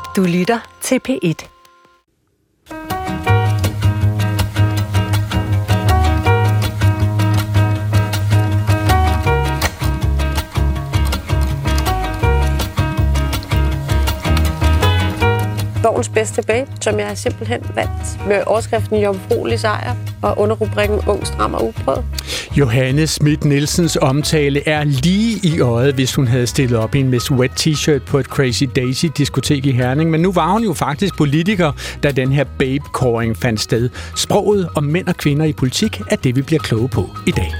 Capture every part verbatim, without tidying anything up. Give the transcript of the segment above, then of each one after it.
Du lytter til P et. Lovens bedste babe, som jeg simpelthen vandt med overskriften Jomfruelig sejr og underrubrikken Ung, stram og uprøvet. Johanne Schmidt Nielsens omtale er lige i øjet, hvis hun havde stillet op i en Miss Wet t-shirt på et Crazy Daisy-diskotek i Herning. Men nu var hun jo faktisk politiker, da den her babe-kåring fandt sted. Sproget om mænd og kvinder i politik er det, vi bliver kloge på i dag.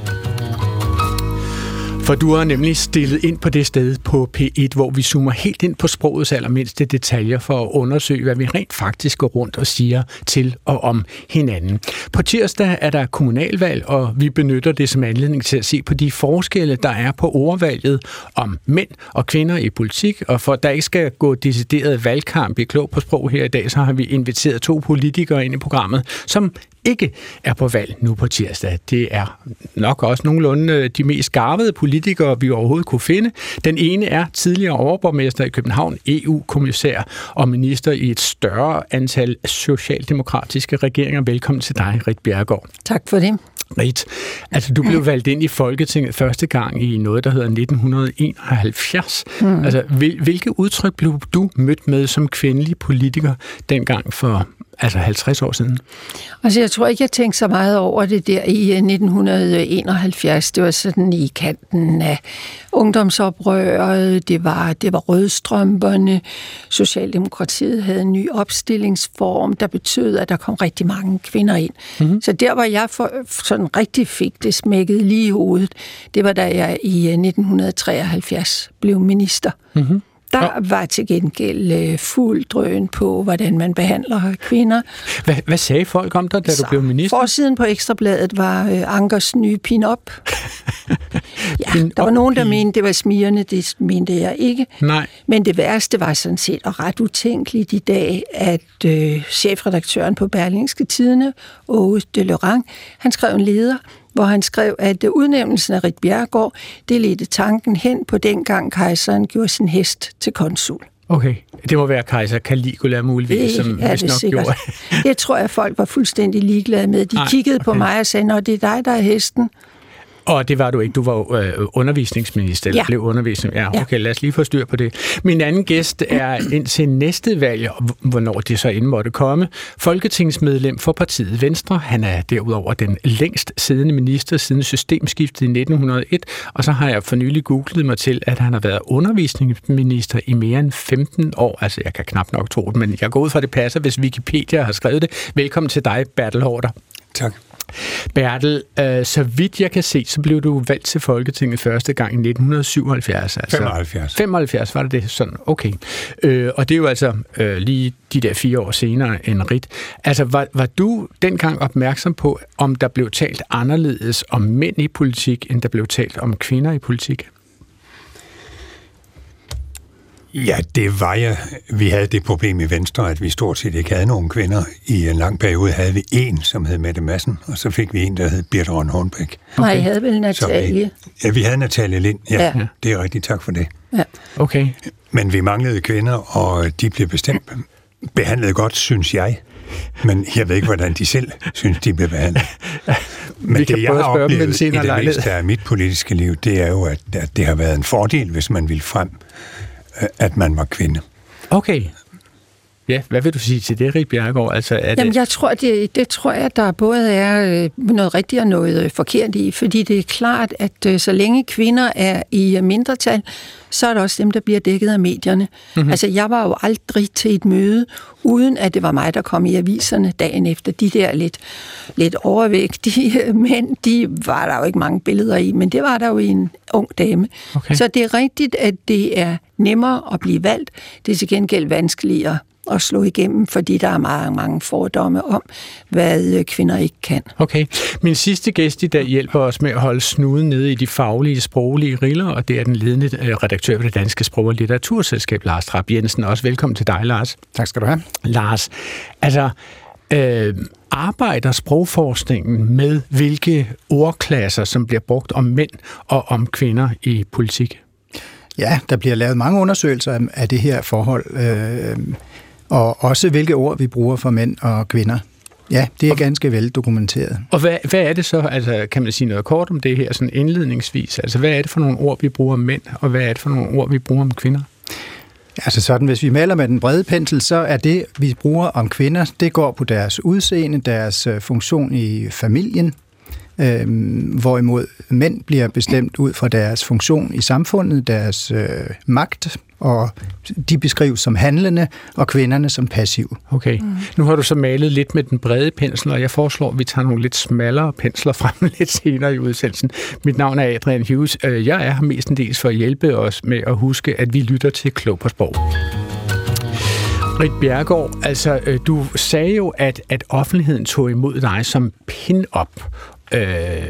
For du har nemlig stillet ind på det sted på P et, hvor vi zoomer helt ind på sprogets allermindste detaljer for at undersøge, hvad vi rent faktisk går rundt og siger til og om hinanden. På tirsdag er der kommunalvalg, og vi benytter det som anledning til at se på de forskelle, der er på ordvalget om mænd og kvinder i politik. Og for at der ikke skal gå decideret valgkamp i Klog på Sprog her i dag, så har vi inviteret to politikere ind i programmet, som ikke er på valg nu på tirsdag. Det er nok også nogenlunde de mest skarpede politikere, vi overhovedet kunne finde. Den ene er tidligere overborgmester i København, E U-kommissær og minister i et større antal socialdemokratiske regeringer. Velkommen til dig, Rit Bjerregaard. Tak for det. Rit, altså du blev valgt ind i Folketinget første gang i noget, der hedder nitten enoghalvfjerds. Mm. Altså, hvilke udtryk blev du mødt med som kvindelig politiker dengang for altså halvtreds år siden? Altså, jeg tror ikke, jeg tænkte så meget over det der i nitten enoghalvfjerds. Det var sådan i kanten af ungdomsoprøret, det var, det var rødstrømperne, Socialdemokratiet havde en ny opstillingsform, der betød, at der kom rigtig mange kvinder ind. Mm-hmm. Så der, hvor jeg for, sådan rigtig fik det smækket lige i hovedet, det var da jeg i nitten treoghalvfjerds blev minister. Mm-hmm. Der var til gengæld fuld drøn på, hvordan man behandler kvinder. Hvad, hvad sagde folk om dig, da så, du blev minister? Forsiden på Ekstrabladet var uh, Ankers nye pin-up. Ja, pin der var nogen, der mente, det var smirrende. Det mente jeg ikke. Nej. Men det værste var sådan set og ret utænkeligt i dag, at uh, chefredaktøren på Berlingske Tidende, Åge de Lorang, han skrev en leder, hvor han skrev, at udnævnelsen af Rit Bjerregaard, det ledte tanken hen på dengang kejseren gjorde sin hest til konsul. Okay, det må være kejser Caligula muligvis, som vist nok sikkert gjorde. Det tror jeg, folk var fuldstændig ligeglade med. De Ej, kiggede okay. på mig og sagde, nå, det er dig, der er hesten. Og det var du ikke. Du var øh, undervisningsminister, eller ja. blev undervisningsminister. Ja, okay, lad os lige få styr på det. Min anden gæst er indtil næste valg, hvornår det så end måtte komme, folketingsmedlem for partiet Venstre. Han er derudover den længst siddende minister siden systemskiftet i nitten hundrede og en, og så har jeg for nylig googlet mig til, at han har været undervisningsminister i mere end femten år. Altså, jeg kan knap nok tro det, men jeg går ud fra, det passer, hvis Wikipedia har skrevet det. Velkommen til dig, Bertel Haarder. Tak. Bertel, øh, så vidt jeg kan se, så blev du valgt til Folketinget første gang i nitten syvoghalvfjerds. Altså femoghalvfjerds. femoghalvfjerds var det det? Sådan, okay. Øh, og det er jo altså øh, lige de der fire år senere end Rit. Altså, var, var du dengang opmærksom på, om der blev talt anderledes om mænd i politik, end der blev talt om kvinder i politik? Ja, det var jeg. Vi havde det problem i Venstre, at vi stort set ikke havde nogen kvinder. I en lang periode havde vi en, som hed Mette Madsen, og så fik vi en, der hed Birthe Rønn Hornbæk. Okay. Nej, jeg havde vel Natalie. Vi, ja, vi havde Natalie Lind. Ja, ja, det er rigtigt. Tak for det. Ja. Okay. Men vi manglede kvinder, og de blev bestemt behandlet godt, synes jeg. Men jeg ved ikke, hvordan de selv synes, de blev behandlet. Men det, jeg har oplevet i det meste af mit politiske liv, det er jo, at, at det har været en fordel, hvis man ville frem, at man var kvinde. Okay. Ja, hvad vil du sige til det, Rit Bjerregaard? Altså, er det... Jamen, jeg tror, det, det tror jeg, der både er noget rigtigt og noget forkert i, fordi det er klart, at så længe kvinder er i mindretal, så er det også dem, der bliver dækket af medierne. Mm-hmm. Altså, jeg var jo aldrig til et møde, uden at det var mig, der kom i aviserne dagen efter. De der lidt, lidt overvægtige mænd, de var der jo ikke mange billeder i, men det var der jo i en ung dame. Okay. Så det er rigtigt, at det er nemmere at blive valgt. Det er til gengæld vanskeligere at slå igennem, fordi der er mange, mange fordomme om, hvad kvinder ikke kan. Okay. Min sidste gæst i dag hjælper os med at holde snuden nede i de faglige, sproglige riller, og det er den ledende redaktør ved det Danske Sprog- og Litteraturselskab, Lars Trapp Jensen. Også velkommen til dig, Lars. Tak skal du have. Lars, altså, øh, arbejder sprogforskningen med, hvilke ordklasser, som bliver brugt om mænd og om kvinder i politik? Ja, der bliver lavet mange undersøgelser af det her forhold, øh, og også hvilke ord vi bruger for mænd og kvinder. Ja, det er og, ganske vel dokumenteret. Og hvad, hvad er det så, altså kan man sige noget kort om det her, sådan indledningsvis? Altså hvad er det for nogle ord, vi bruger om mænd, og hvad er det for nogle ord, vi bruger om kvinder? Altså sådan, hvis vi maler med den brede pensel, så er det, vi bruger om kvinder, det går på deres udseende, deres funktion i familien, øhm, hvorimod mænd bliver bestemt ud fra deres funktion i samfundet, deres øh, magt, og de beskrives som handlende, og kvinderne som passive. Okay. Mm. Nu har du så malet lidt med den brede pensel, og jeg foreslår, at vi tager nogle lidt smallere pensler frem lidt senere i udsendelsen. Mit navn er Adrian Hughes. Jeg er her mestendels for at hjælpe os med at huske, at vi lytter til Klog på Sprog. Ritt Bjerregaard, altså du sagde jo, at, at offentligheden tog imod dig som pin-up. Øh,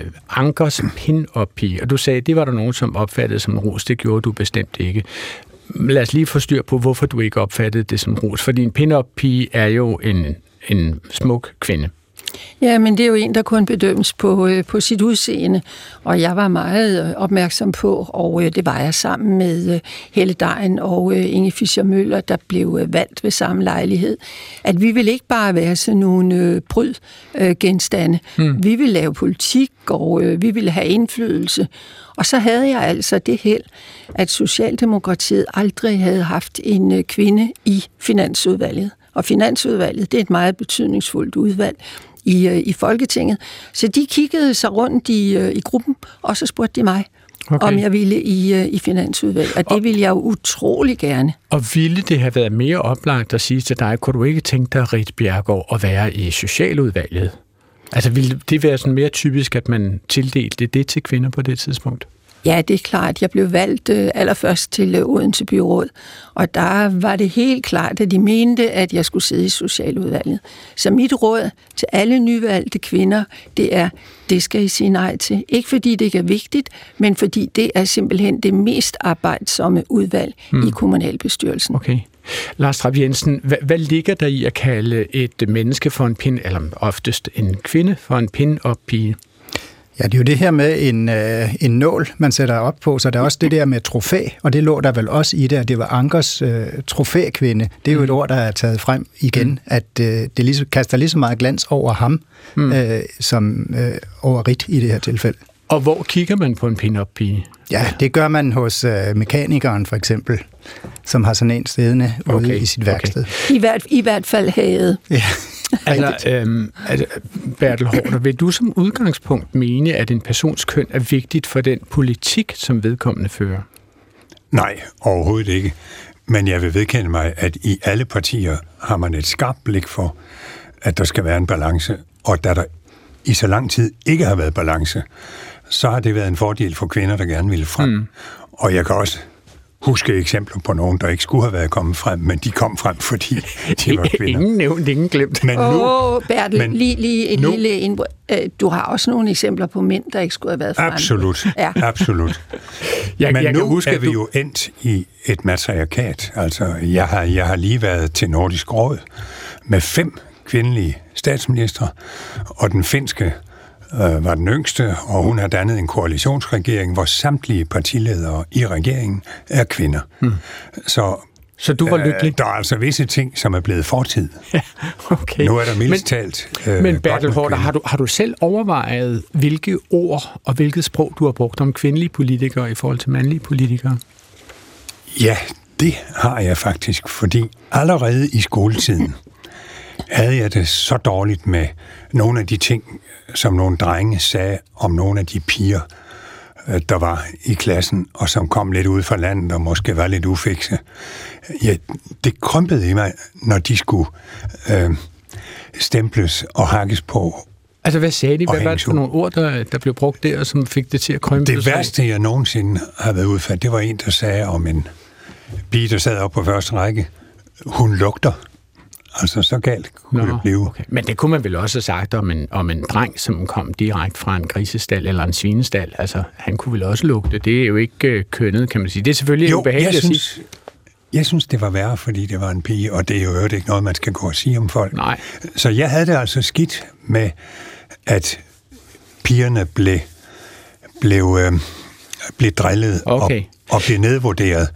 Ankers pin-up-pige, og du sagde, at det var der nogen, som opfattede som ros. Det gjorde du bestemt ikke. Lad os lige få styr på, hvorfor du ikke opfattede det som ros. Fordi en pin-up-pige er jo en, en smuk kvinde. Ja, men det er jo en, der kun bedømmes på, øh, på sit udseende, og jeg var meget øh, opmærksom på, og øh, det var jeg sammen med øh, Helle Dejen og øh, Inge Fischer-Møller, der blev øh, valgt ved samme lejlighed, at vi ville ikke bare være sådan nogle øh, bryd øh, genstande. Hmm. Vi ville lave politik, og øh, vi ville have indflydelse. Og så havde jeg altså det held, at Socialdemokratiet aldrig havde haft en øh, kvinde i Finansudvalget. Og Finansudvalget, det er et meget betydningsfuldt udvalg i, i Folketinget. Så de kiggede sig rundt i, i gruppen, og så spurgte de mig, okay, om jeg ville i, i Finansudvalget. Og det og, ville jeg jo utrolig gerne. Og ville det have været mere oplagt at sige til dig, kunne du ikke tænke dig, Ritt Bjerregaard, at være i Socialudvalget? Altså ville det være sådan mere typisk, at man tildelte det til kvinder på det tidspunkt? Ja, det er klart. Jeg blev valgt øh, allerførst til øh, Odense Byråd, og der var det helt klart, at de mente, at jeg skulle sidde i Socialudvalget. Så mit råd til alle nyvalgte kvinder, det er, det skal I sige nej til. Ikke fordi det ikke er vigtigt, men fordi det er simpelthen det mest arbejdsomme udvalg hmm. i kommunalbestyrelsen. Okay. Lars Trapp Jensen, hvad, hvad ligger der i at kalde et menneske for en pin, eller oftest en kvinde for en pin-up-pige? Ja, det er jo det her med en, øh, en nål, man sætter op på, så der er også det der med trofæ, og det lå der vel også i det, at det var Ankers øh, trofækvinde. Det er jo mm. et ord, der er taget frem igen, mm. at øh, det lige, kaster lige så meget glans over ham, mm. øh, som øh, over Ritt i det her tilfælde. Og hvor kigger man på en pin-up-pige? Ja, det gør man hos øh, mekanikeren for eksempel, som har sådan en stedende okay. ude i sit værksted. Okay. I, hvert, I hvert fald havet. Ja. Altså, øhm, altså, Bertel Haarder, vil du som udgangspunkt mene, at en persons køn er vigtigt for den politik, som vedkommende fører? Nej, overhovedet ikke. Men jeg vil vedkende mig, at i alle partier har man et skarpt blik for, at der skal være en balance, og da der i så lang tid ikke har været balance, så har det været en fordel for kvinder, der gerne ville frem. Mm. Og jeg kan også huske eksempler på nogen, der ikke skulle have været kommet frem, men de kom frem, fordi de var kvinder. Ingen nævnt, ingen glemt. Men nu, Åh, Bertel, men lige, lige et nu, lille indbrud. Du har også nogle eksempler på mænd, der ikke skulle have været frem. Absolut, ja. absolut. jeg, men jeg nu huske, er vi du... jo endt i et matriarkat. Altså, jeg har, jeg har lige været til Nordisk Råd med fem kvindelige statsministre, og den finske øh, var den yngste, og hun har dannet en koalitionsregering, hvor samtlige partiledere i regeringen er kvinder. Hmm. Så, Så du var lykkelig? Øh, der er altså visse ting, som er blevet fortid. Ja, okay. Nu er der mildest talt øh, Men Bertel Haarder, har du, har du selv overvejet, hvilke ord og hvilket sprog du har brugt om kvindelige politikere i forhold til mandlige politikere? Ja, det har jeg faktisk, fordi allerede i skoletiden havde jeg det så dårligt med nogle af de ting, som nogle drenge sagde om nogle af de piger, der var i klassen, og som kom lidt ud fra landet og måske var lidt ufikse. Ja, det krympede i mig, når de skulle øh, stemples og hakkes på. Altså, hvad sagde de? Hvad var det for nogle ord, der, der blev brugt der, som fik det til at krympe? Det værste, jeg nogensinde har været ude for, det var en, der sagde om en pige, der sad oppe på første række, hun lugter. Altså, så galt kunne Nå, det blive. Okay. Men det kunne man vel også have sagt om en, om en dreng, som kom direkte fra en grisestal eller en svinestal. Altså, han kunne vel også lugte. Det er jo ikke øh, kønnet, kan man sige. Det er selvfølgelig jo, ubehageligt jeg synes, at sige. Jeg synes, det var værre, fordi det var en pige, og det er jo øvrigt ikke noget, man skal gå og sige om folk. Nej. Så jeg havde det altså skidt med, at pigerne blev, blev, øh, blev drillet okay. og og bliver nedvurderet.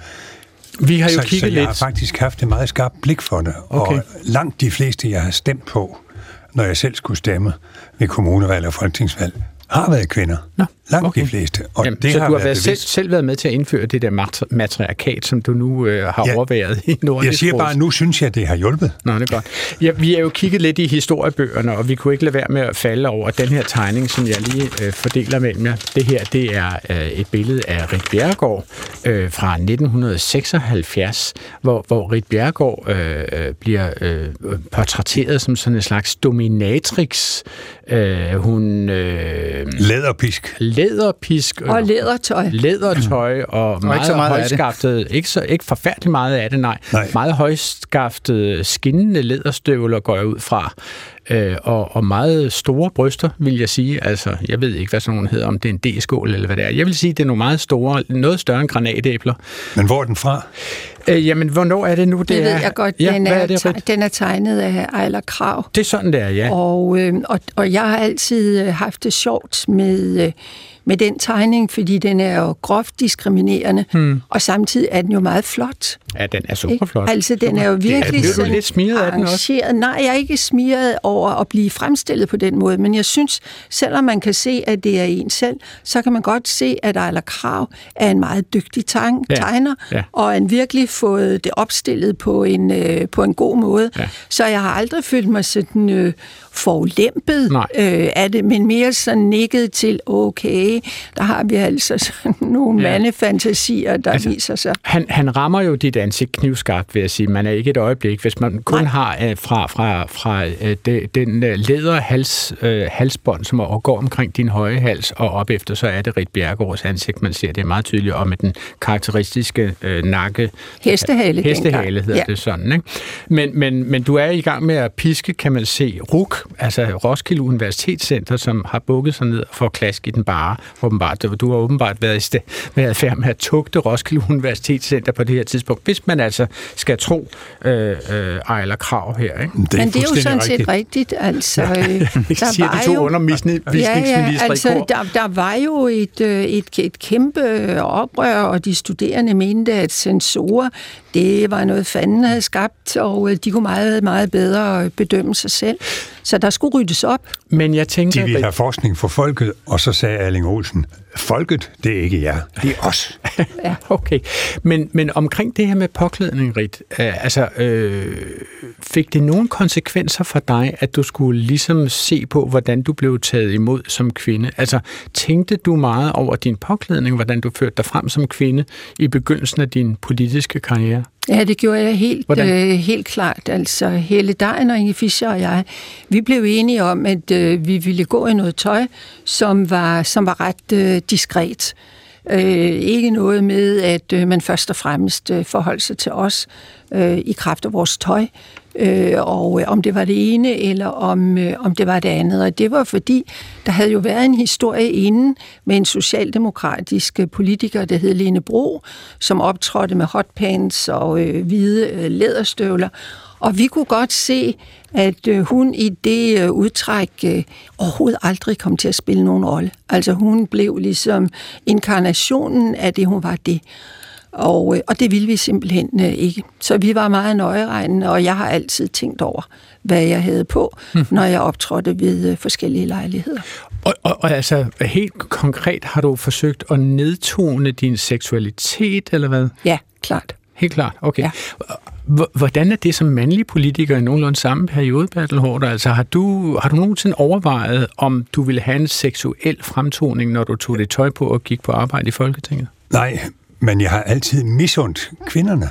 Vi har jo så, kigget så jeg lidt. har faktisk haft et meget skarpt blik for det, okay. og langt de fleste, jeg har stemt på, når jeg selv skulle stemme ved kommunevalg og folketingsvalg, har været kvinder. Nå, langt okay. de fleste. Og Jamen, det så har du har været været selv, selv været med til at indføre det der matriarkat, som du nu øh, har ja, overværet i Nordisk Jeg siger bare, nu synes jeg, det har hjulpet. Nå, det er godt. Ja, vi er jo kigget lidt i historiebøgerne, og vi kunne ikke lade være med at falde over den her tegning, som jeg lige øh, fordeler mellem jer. Det her, det er øh, et billede af Ritt Bjerregaard øh, fra nitten seksoghalvfjerds, hvor, hvor Ritt Bjerregaard øh, bliver øh, portrætteret som sådan en slags dominatrix. Øh, hun... Øh, læderpisk. Læderpisk. Og lædertøj. Lædertøj og mm. meget, meget højskaftet, ikke, så, ikke forfærdeligt meget af det, nej. nej. Meget højskaftet, skinnende læderstøvler går jeg ud fra. Øh, og, og meget store bryster, vil jeg sige. Altså, jeg ved ikke, hvad sådan nogen hedder, om det er en D-skål eller hvad det er. Jeg vil sige, det er nogle meget store, noget større end granatæbler. Men hvor er den fra? Øh, jamen, hvornår er det nu, det, det er? ved jeg godt. Ja, den, er, er det, te- den er tegnet af Ejler Krag. Det er sådan, det er, ja. Og, øh, og, og jeg har altid haft det sjovt med... Øh, med den tegning, fordi den er jo groft diskriminerende, hmm. og samtidig er den jo meget flot. Ja, den er super flot. Altså, den er jo virkelig er, sådan lidt smiret af den også? Nej, jeg er ikke smiret over at blive fremstillet på den måde, men jeg synes, selvom man kan se, at det er en selv, så kan man godt se, at Ejler Krag er en meget dygtig tegn, ja. tegner, ja. og han virkelig fået det opstillet på en, øh, på en god måde. Ja. Så jeg har aldrig følt mig sådan øh, forulempet øh, af det, men mere sådan nikket til, okay, der har vi altså sådan nogle ja. mandefantasier, der altså, viser sig. Han, han rammer jo dit ansigt knivskarpt, vil jeg sige. Man er ikke et øjeblik. Hvis man kun Nej. har uh, fra, fra, fra uh, de, den uh, læderhals, uh, halsbånd, som går omkring din høje hals og op efter, så er det Ritt Bjerregaards ansigt, man ser. Det er meget tydeligt, og med den karakteristiske uh, nakke. Hestehale. Hestehale hedder ja. det sådan, ikke? Men, men, men du er i gang med at piske, kan man se, R U C, altså Roskilde Universitetscenter, som har bukket sig ned og får klask i den bare. Åbenbart. Du har åbenbart været i sted med at færd med at tugte Roskilde Universitetscenter på det her tidspunkt, hvis man altså skal tro øh, øh, Ejler Krag her. Ikke? Det Men det er jo sådan rigtigt. set rigtigt. Altså, ja, der siger var de to jo, undervisningsministre ja, ja, altså, der, der var jo et, et, et kæmpe oprør, og de studerende mente, at sensorer, det var noget fanden havde skabt, og de kunne meget, meget bedre bedømme sig selv. Så der skulle ryddes op. Men jeg tænker, de ville have forskning for folket, og så sagde Erling Olsen, folket, det er ikke jer, det er os. Ja, okay. Men, men omkring det her med påklædning, Ritt, øh, altså, øh, fik det nogen konsekvenser for dig, at du skulle ligesom se på, hvordan du blev taget imod som kvinde? Altså, tænkte du meget over din påklædning, hvordan du førte dig frem som kvinde i begyndelsen af din politiske karriere? Ja, det gjorde jeg helt, øh, helt klart. Altså, Helle Dejen og Inge Fischer og jeg, vi blev enige om, at øh, vi ville gå i noget tøj, som var, som var ret øh, diskret. Øh, ikke noget med, at øh, man først og fremmest øh, forholdt sig til os øh, i kraft af vores tøj, øh, og øh, om det var det ene, eller om, øh, om det var det andet. Og det var fordi, der havde jo været en historie inden med en socialdemokratisk politiker, der hed Lene Bro, som optrådte med hotpants og øh, hvide øh, læderstøvler. Og vi kunne godt se, at øh, hun i det øh, udtræk øh, overhovedet aldrig kom til at spille nogen rolle. Altså hun blev ligesom inkarnationen af det, hun var det. Og, øh, og det ville vi simpelthen øh, ikke. Så vi var meget nøjeregnende, og jeg har altid tænkt over, hvad jeg havde på, hmm. når jeg optrådte ved øh, forskellige lejligheder. Og, og, og altså, helt konkret har du forsøgt at nedtone din seksualitet, eller hvad? Ja, klart. Helt klart, okay. Ja. Hvordan er det som mandlig politiker i nogenlunde samme periode, Bertel Haarder? Altså, har du, har du nogensinde overvejet, om du ville have en seksuel fremtoning, når du tog det tøj på og gik på arbejde i Folketinget? Nej, men jeg har altid misundt kvinderne,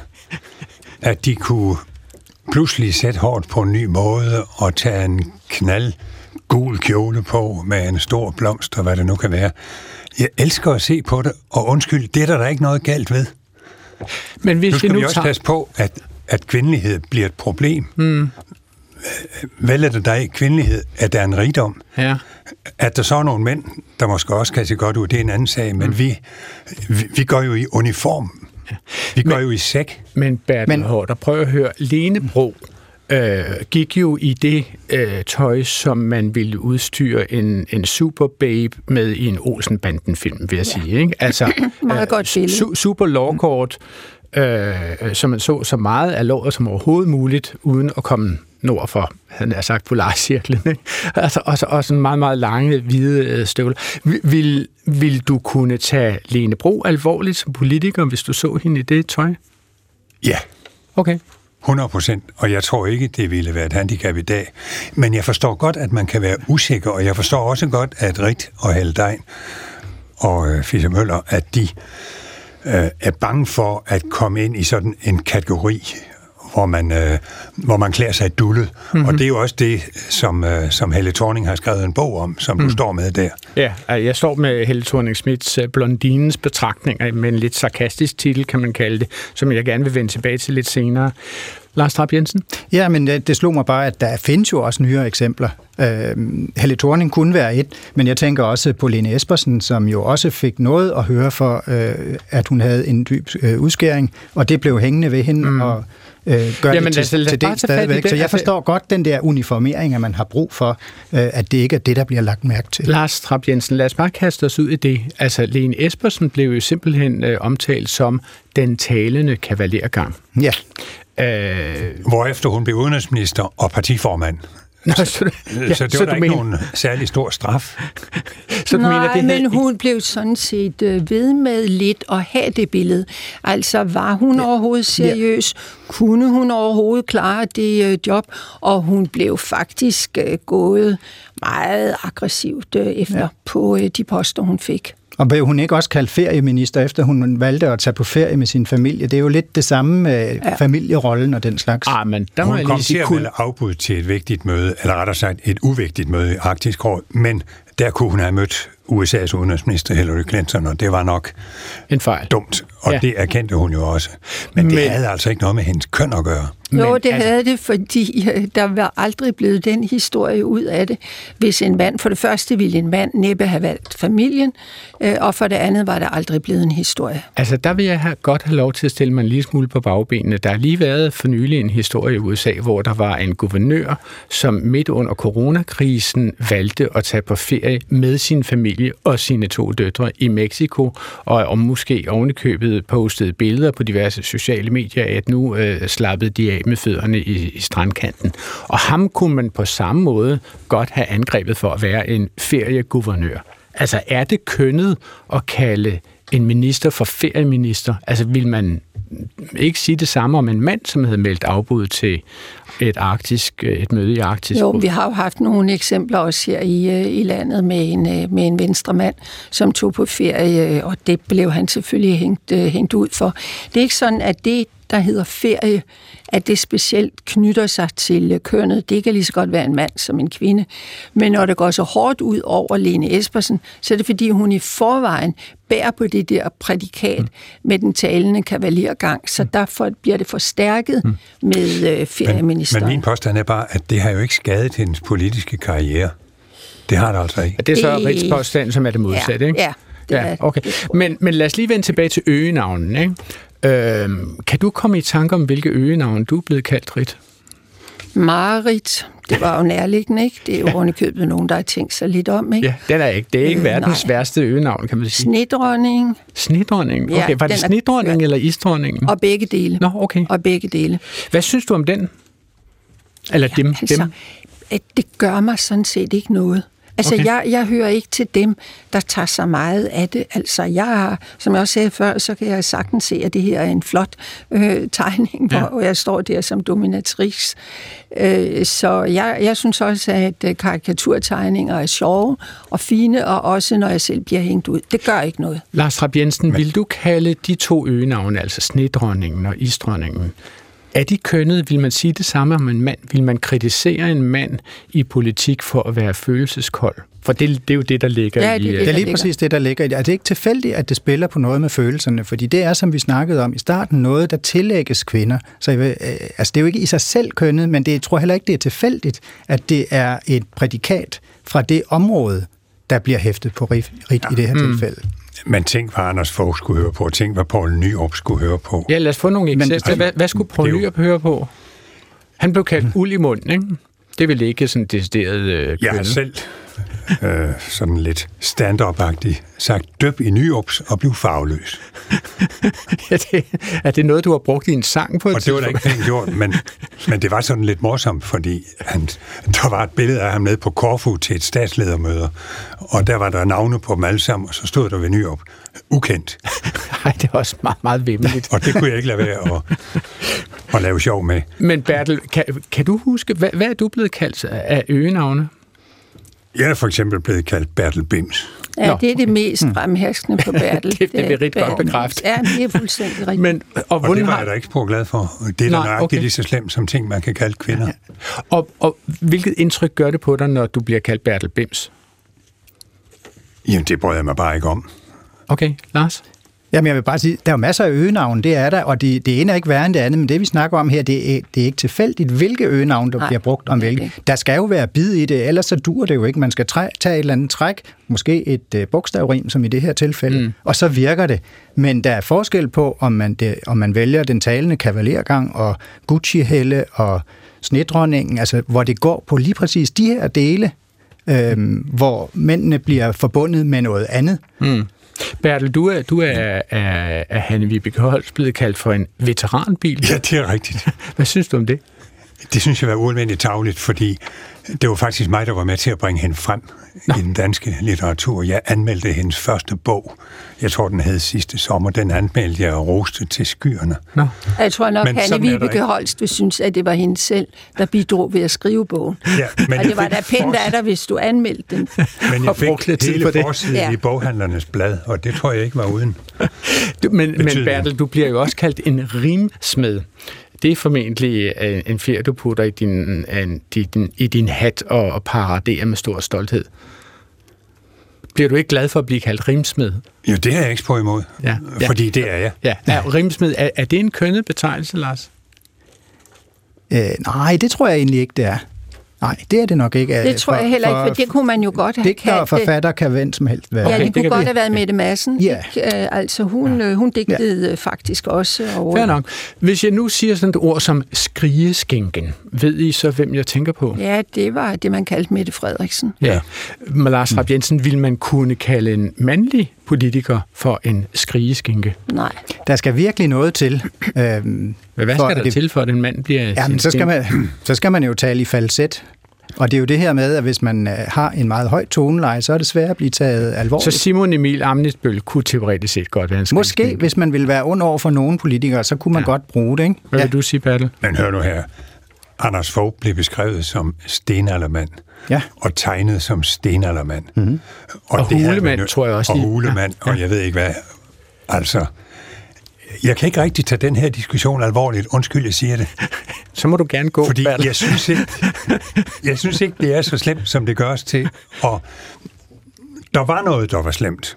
at de kunne pludselig sætte hårdt på en ny måde og tage en knald gul kjole på med en stor blomst og hvad det nu kan være. Jeg elsker at se på det, og undskyld, det er der, der ikke noget galt ved. Men hvis nu skal vi, nu vi også tager... passe på, at, at kvindelighed bliver et problem. Mm. Vel er det dig, kvindelighed, at der er en rigdom. Ja. At der så er nogle mænd, der måske også kan se godt ud, det er en anden sag, men mm. vi, vi, vi går jo i uniform. Ja. Vi går men, jo i sæk. Men Bertel Haarder, prøv at høre, Lene Bro, øh, gik jo i det øh, tøj, som man ville udstyre en, en superbabe med i en Olsen-banden-film, vil jeg ja. sige. Ikke? Altså, meget godt billede. Su- super lovkort, øh, som man så så meget af låret som overhovedet muligt, uden at komme nord for, han har sagt, polarcirklen. Ikke? Altså, også, også en meget, meget lange, hvide støvler. Vil, vil du kunne tage Lene Bro alvorligt som politiker, hvis du så hende i det tøj? Ja. Okay. hundrede procent, og jeg tror ikke, det ville være et handicap i dag. Men jeg forstår godt, at man kan være usikker, og jeg forstår også godt, at Ritt og Haldejn og øh, Fischer Møller, at de øh, er bange for at komme ind i sådan en kategori, hvor man, øh, hvor man klæder sig dullet. Mm-hmm. Og det er jo også det, som, øh, som Helle Thorning har skrevet en bog om, som mm. du står med der. Ja, jeg står med Helle Thorning-Schmidts Blondinens betragtninger, med en lidt sarkastisk titel, kan man kalde det, som jeg gerne vil vende tilbage til lidt senere. Lars Trapp Jensen? Ja, men det, det slog mig bare, at der findes jo også nyere eksempler. Øh, Helle Thorning kunne være et, men jeg tænker også på Lene Espersen, som jo også fik noget at høre for, øh, at hun havde en dyb øh, udskæring, og det blev hængende ved hende, mm. og øh, gør Jamen, det til, altså, til det stadigvæk. Så jeg forstår altså godt den der uniformering, at man har brug for, øh, at det ikke er det, der bliver lagt mærke til. Lars Trapp Jensen, lad os bare kaste os ud i det. Altså, Lene Espersen blev jo simpelthen øh, omtalt som den talende kavalergang. Ja. Øh, Hvorefter hun blev udenrigsminister og partiformand. Nå, så, så, ja, så det var så der ikke mener... nogen særlig stor straf. Så du Nej, mener, det men havde... hun blev sådan set ved med lidt at have det billede. Altså, var hun ja. overhovedet seriøs? Ja. Kunne hun overhovedet klare det uh, job? Og hun blev faktisk uh, gået meget aggressivt uh, efter ja. på uh, de poster, hun fik. Og blev hun ikke også kaldt ferieminister, efter hun valgte at tage på ferie med sin familie? Det er jo lidt det samme med ja. familierollen og den slags. Ah, men der hun kom til at melde afbud til et vigtigt møde, eller rettere sagt et uvigtigt møde i Arktisk Råd, men der kunne hun have mødt U S A's udenrigsminister Hillary Clinton, og det var nok en fejl. Dumt, og ja. det erkendte hun jo også. Men, men det havde altså ikke noget med hendes køn at gøre. Jo, men, det altså... havde det, fordi der var aldrig blevet den historie ud af det. Hvis en mand, for det første ville en mand næppe have valgt familien, og for det andet var der aldrig blevet en historie. Altså, der vil jeg have, godt have lov til at stille mig en lille smule på bagbenene. Der har lige været for nylig en historie i U S A, hvor der var en guvernør, som midt under coronakrisen valgte at tage på ferie med sin familie og sine to døtre i Mexico, og, og måske ovenikøbet postede billeder på diverse sociale medier, at nu øh, slappede de af med fødderne i, i strandkanten. Og ham kunne man på samme måde godt have angrebet for at være en ferieguvernør. Altså, er det kønnet at kalde en minister for ferieminister? Altså, vil man ikke sige det samme om en mand, som havde meldt afbud til et, arktisk, et møde i Arktisk? Jo, vi har jo haft nogle eksempler også her i, i landet med en, med en venstremand, som tog på ferie, og det blev han selvfølgelig hængt, hængt ud for. Det er ikke sådan, at det, der hedder ferie, at det specielt knytter sig til kønnet. Det kan lige så godt være en mand som en kvinde. Men når det går så hårdt ud over Lene Espersen, så er det fordi, hun i forvejen bærer på det der prædikat mm. med den talende kavalergang. Så derfor bliver det forstærket mm. med øh, ferieministeren. Men, men min påstand er bare, at det har jo ikke skadet hendes politiske karriere. Det har det altså ikke. Det er så Ritts påstand, som er det modsatte, ja, ikke? Ja, det ja, okay. Men, men lad os lige vende tilbage til øgenavnen, ikke? Øhm, kan du komme i tanke om, hvilke øgenavn du er blevet kaldt, Ritt? Marit. Det var jo nærliggende, ikke? Det er jo ja. Ovenikøbet nogen, der har tænkt sig lidt om, ikke? Ja, den er ikke. Det er ikke øh, verdens nej. værste øgenavn, kan man sige. Snedronning. Snedronning? Okay, ja, var det snedronning eller isdronningen? Og begge dele. Nå, okay. Og begge dele. Hvad synes du om den? Eller ja, dem? Altså, dem? Det gør mig sådan set ikke noget. Altså, okay. jeg, jeg hører ikke til dem, der tager så meget af det. Altså, jeg har, som jeg også sagde før, så kan jeg sagtens se, at det her er en flot øh, tegning, ja. hvor jeg står der som dominatrix. Øh, så jeg, jeg synes også, at karikaturtegninger er sjove og fine, og også når jeg selv bliver hængt ud. Det gør ikke noget. Lars Trapp Jensen, Men... vil du kalde de to øgenavne, altså snedronningen og isdronningen, er de kønnet? Vil man sige det samme om en mand? Vil man kritisere en mand i politik for at være følelseskold? For det, det er jo det, der ligger ja, i... Det, det er lige ligger. præcis det, der ligger i det. Er det ikke tilfældigt, at det spiller på noget med følelserne? Fordi det er, som vi snakkede om i starten, noget, der tillægges kvinder. Så jeg vil, altså, det er jo ikke i sig selv kønnet, men det, jeg tror heller ikke, det er tilfældigt, at det er et prædikat fra det område, der bliver hæftet på Ritt i det her mm. tilfælde. Men tænk, hvad Anders Fogh skulle høre på, tænk, hvad Poul Nyrup skulle høre på. Ja, lad os få nogle eksempler. Hvad, hvad skulle Poul Nyrup høre på? Han blev kaldt uld i munden, ikke? Det vil ikke sådan decideret øh, Jeg har selv øh, sådan lidt stand-up-agtigt sagt, døb i Nyrups og blev farveløs. ja, det, er det noget, du har brugt i en sang på et Og det var da ikke pænt gjort, men, men det var sådan lidt morsomt, fordi han, der var et billede af ham nede på Korfu til et statsledermøde, og der var der navne på dem alle sammen, og så stod der ved Nyrup, ukendt. Nej, det er også meget, meget vimmeligt. Og det kunne jeg ikke lade være at, at lave sjov med. Men Bertel, kan, kan du huske, hvad, hvad er du blevet kaldt af øgenavne? Jeg er for eksempel blevet kaldt Bertel Bims. Ja, Nå, det er det mest fremherskende på Bertel. det, det vil rigtig godt bekræfte. Ja, det er fuldstændig rigtigt. Men, og, og det var jeg da ikke på glad for. Det er da nøjagtigt okay. lige så slemt som ting, man kan kalde kvinder. Ja. Og, og hvilket indtryk gør det på dig, når du bliver kaldt Bertel Bims? Jamen, det bryder jeg mig bare ikke om. Okay, Lars? Jamen, jeg vil bare sige, der er jo masser af øgenavn, det er der, og det, det ene er ikke værre end det andet, men det vi snakker om her, det er, det er ikke tilfældigt, hvilke øgenavn, der Nej, bliver brugt om hvilke. Der skal jo være bid i det, ellers så dur det jo ikke. Man skal træ, tage et eller andet træk, måske et uh, bogstavrim, som i det her tilfælde, mm. og så virker det. Men der er forskel på, om man, det, om man vælger den talende kavalergang og Gucci-helle og snedronningen, altså hvor det går på lige præcis de her dele, øhm, hvor mændene bliver forbundet med noget andet. Mm. Bertel, du er, du er af, af Hanne-Vibeke Holst blevet kaldt for en veteranbil. Ja, det er rigtigt. Hvad synes du om det? Det synes jeg var ualmindeligt tarveligt, fordi det var faktisk mig, der var med til at bringe hende frem Nå. i den danske litteratur. Jeg anmeldte hendes første bog. Jeg tror, den hed Sidste sommer. Den anmeldte jeg og roste til skyerne. Nå. Jeg tror nok, Hanne-Vibeke Holst vil synes, at det var hende selv, der bidrog ved at skrive bogen. Ja, men og det var da pænt af dig, hvis du anmeldte den. Men jeg fik hele forsiden ja. i Boghandlernes Blad, og det tror jeg ikke var uden. Du, men, men Bertel, du bliver jo også kaldt en rimsmed. Det er formentlig en fjer, du putter i din, din, i din hat og, og paraderer med stor stolthed. Bliver du ikke glad for at blive kaldt rimsmed? Jo, det er jeg ikke på imod, ja, ja. fordi det er jeg. Ja, er rimsmed, er, er det en kønnet betegnelse, Lars? Øh, nej, det tror jeg egentlig ikke, det er. Nej, det er det nok ikke. Det tror for, jeg heller ikke, for, for det kunne man jo godt have kaldt. Digter og forfatter kan hvem som helst være. Ja, det, det kunne godt have været Mette Madsen. Ja. Altså, hun, ja. hun digtede ja. faktisk også over. Fair nok. Hvis jeg nu siger sådan et ord som skrigeskinken, ved I så, hvem jeg tænker på? Ja, det var det, man kaldte Mette Frederiksen. Ja. Lars Rapp Jensen, vil man kunne kalde en mandlig politiker for en skrigeskinke? Nej. Der skal virkelig noget til. Øhm, Hvad skal der det, til, for at en mand bliver... Jamen, så skal, man, så skal man jo tale i falset. Og det er jo det her med, at hvis man har en meget høj toneleje, så er det svært at blive taget alvorligt. Så Simon Emil Amnesbøl kunne teoretisk set godt være en Måske, skrigeskinke. Hvis man ville være ond over for nogle politikere, så kunne man ja. godt bruge det, ikke? Hvad ja. vil du sige, Bertel? Men hør nu her. Anders Fogh blev beskrevet som stenaldermand. Ja. Og tegnet som stenaldermand. Mm-hmm. Og, og hulemand, tror jeg også. Og hulemand, ja. og jeg ved ikke hvad. Altså, jeg kan ikke rigtig tage den her diskussion alvorligt. Undskyld, jeg siger det. Så må du gerne gå, Fordi Bertel. jeg synes ikke, jeg synes ikke, det er så slemt, som det gørs til. Og der var noget, der var slemt.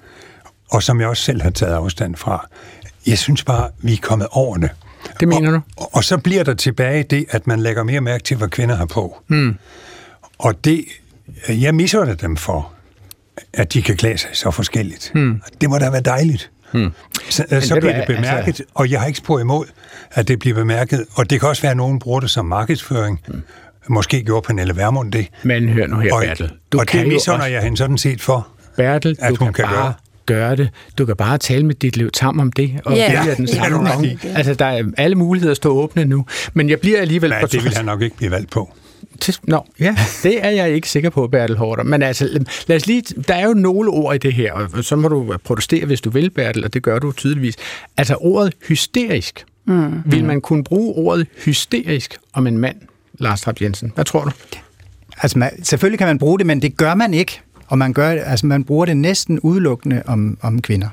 Og som jeg også selv har taget afstand fra. Jeg synes bare, vi er kommet over det. Det mener og, du? Og, og så bliver der tilbage det, at man lægger mere mærke til, hvad kvinder har på. Hmm. Og det, jeg misunder dem for, at de kan klæde sig så forskelligt. Hmm. Det må da være dejligt. Hmm. Så, så bliver det bemærket, altså... og jeg har ikke spurgt imod, at det bliver bemærket. Og det kan også være, at nogen bruger det som markedsføring. Hmm. Måske gjorde Pernille Vermund det. Men hør nu her, Bertel. Du og det misunder også... jeg hende sådan set for, Bertel, at du hun kan, kan bare... gøre. gøre det. Du kan bare tale med dit liv tam om det, og ja. vælge den samme ja, gang. Altså, der er alle muligheder at stå åbne nu. Men jeg bliver alligevel... Nej, det vil han nok ikke blive valgt på. Nå, ja, det er jeg ikke sikker på, Bertel Haarder. Men altså, lad os lige... Der er jo nogle ord i det her, og så må du protestere, hvis du vil, Bertel, og det gør du tydeligvis. Altså, ordet hysterisk. Mm. Vil man kunne bruge ordet hysterisk om en mand, Lars Rapp Jensen? Hvad tror du? Altså, man, selvfølgelig kan man bruge det, men det gør man ikke. Og man, gør, altså, man bruger det næsten udelukkende om, om kvinder.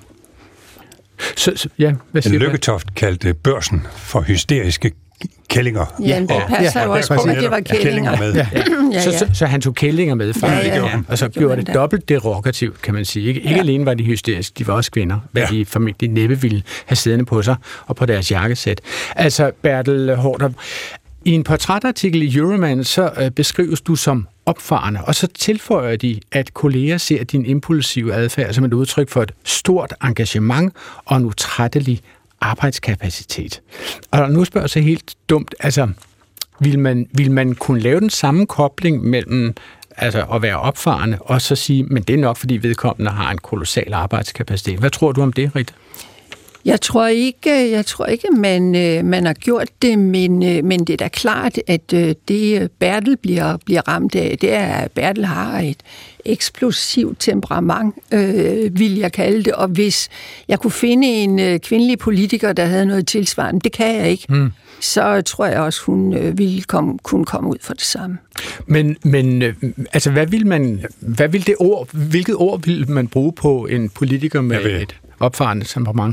Så, så, ja, hvad siger Lykketoft kaldte Børsen for hysteriske kællinger. Ja, det passer ja, jo også på, at det var kællinger. med. Ja. Ja. Ja. Så, så, så han tog kællinger med, faktisk. Ja, ja, ja. Og så det gjorde det da. dobbelt derogativt, kan man sige. Ikke, ikke ja. alene var de hysteriske, de var også kvinder, hvad ja. de formentlig næppe ville have siddende på sig og på deres jakkesæt. Altså, Bertel Haarder, i en portrætartikel i Euroman, så øh, beskrives du som opfarende, og så tilføjer de, at kolleger ser din impulsive adfærd som et udtryk for et stort engagement og en utrættelig arbejdskapacitet. Og nu spørger jeg så helt dumt, altså, vil man, vil man kunne lave den samme kobling mellem altså at være opfarende, og så sige, men det er nok, fordi vedkommende har en kolossal arbejdskapacitet. Hvad tror du om det, Rita? Jeg tror ikke, jeg tror ikke man, man har gjort det, men, men det er da klart, at det Bertel bliver, bliver ramt af, det er, at Bertel har et eksplosivt temperament, øh, vil jeg kalde det, og hvis jeg kunne finde en kvindelig politiker, der havde noget tilsvarende, det kan jeg ikke, hmm. så tror jeg også, hun ville komme, kunne komme ud for det samme. Men, men altså, hvad vil man, hvad vil det ord, hvilket ord vil man bruge på en politiker med et opfarende temperament?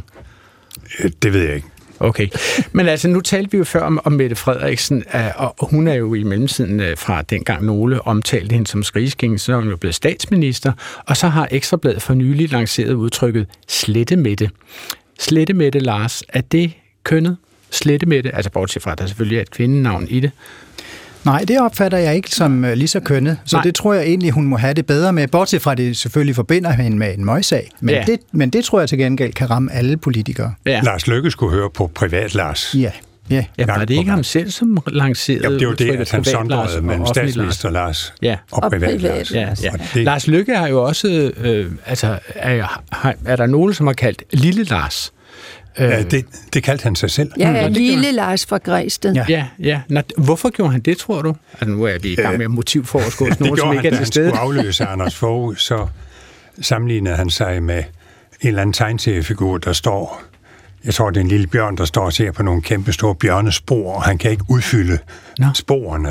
Det ved jeg ikke. Okay. Men altså, nu talte vi jo før om, om Mette Frederiksen, og hun er jo i mellemtiden fra dengang nogle omtalte hende som skrigeskæng, så er hun jo blevet statsminister, og så har Ekstrabladet for nylig lanceret udtrykket Slettemette. Slettemette, Lars, er det kønnet? Slettemette, altså bortset fra, at der selvfølgelig er et kvindenavn i det. Nej, det opfatter jeg ikke som lige så kønnet, så Nej. Det tror jeg egentlig, hun må have det bedre med, bortset fra, at det selvfølgelig forbinder hende med en møgssag. Men, ja. det, men det tror jeg til gengæld kan ramme alle politikere. Ja. Lars Løkke skulle høre på Privat Lars. Ja. Ja. Ja, var det ikke ham selv, som lancerede ja, det var det, at han sondrede mellem statsminister Lars ja. og, og Privat Lars. Ja, ja. Det... Lars Løkke har jo også, øh, altså, er, er der nogen, som har kaldt Lille Lars? Ja, det, det kaldte han sig selv. Ja, ja, Lille Lars fra Græsted. Ja, ja. ja. Nå, hvorfor gjorde han det, tror du? Altså, nu er vi i gang med motiv for at skås nogen, som ikke er til stede. Det gjorde han, da han skulle afløse Anders Fogh, så sammenlignede han sig med en eller anden tegneseriefigur, der står, jeg tror, det er en lille bjørn, der står og ser på nogle kæmpe store bjørnespor, og han kan ikke udfylde Nå. sporene.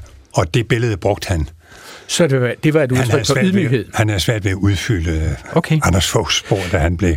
Og det billede brugte han. Så det var, det var et udtryk for ydmyghed? Han er svært ved at udfylde okay. Anders Foghs spor, da han blev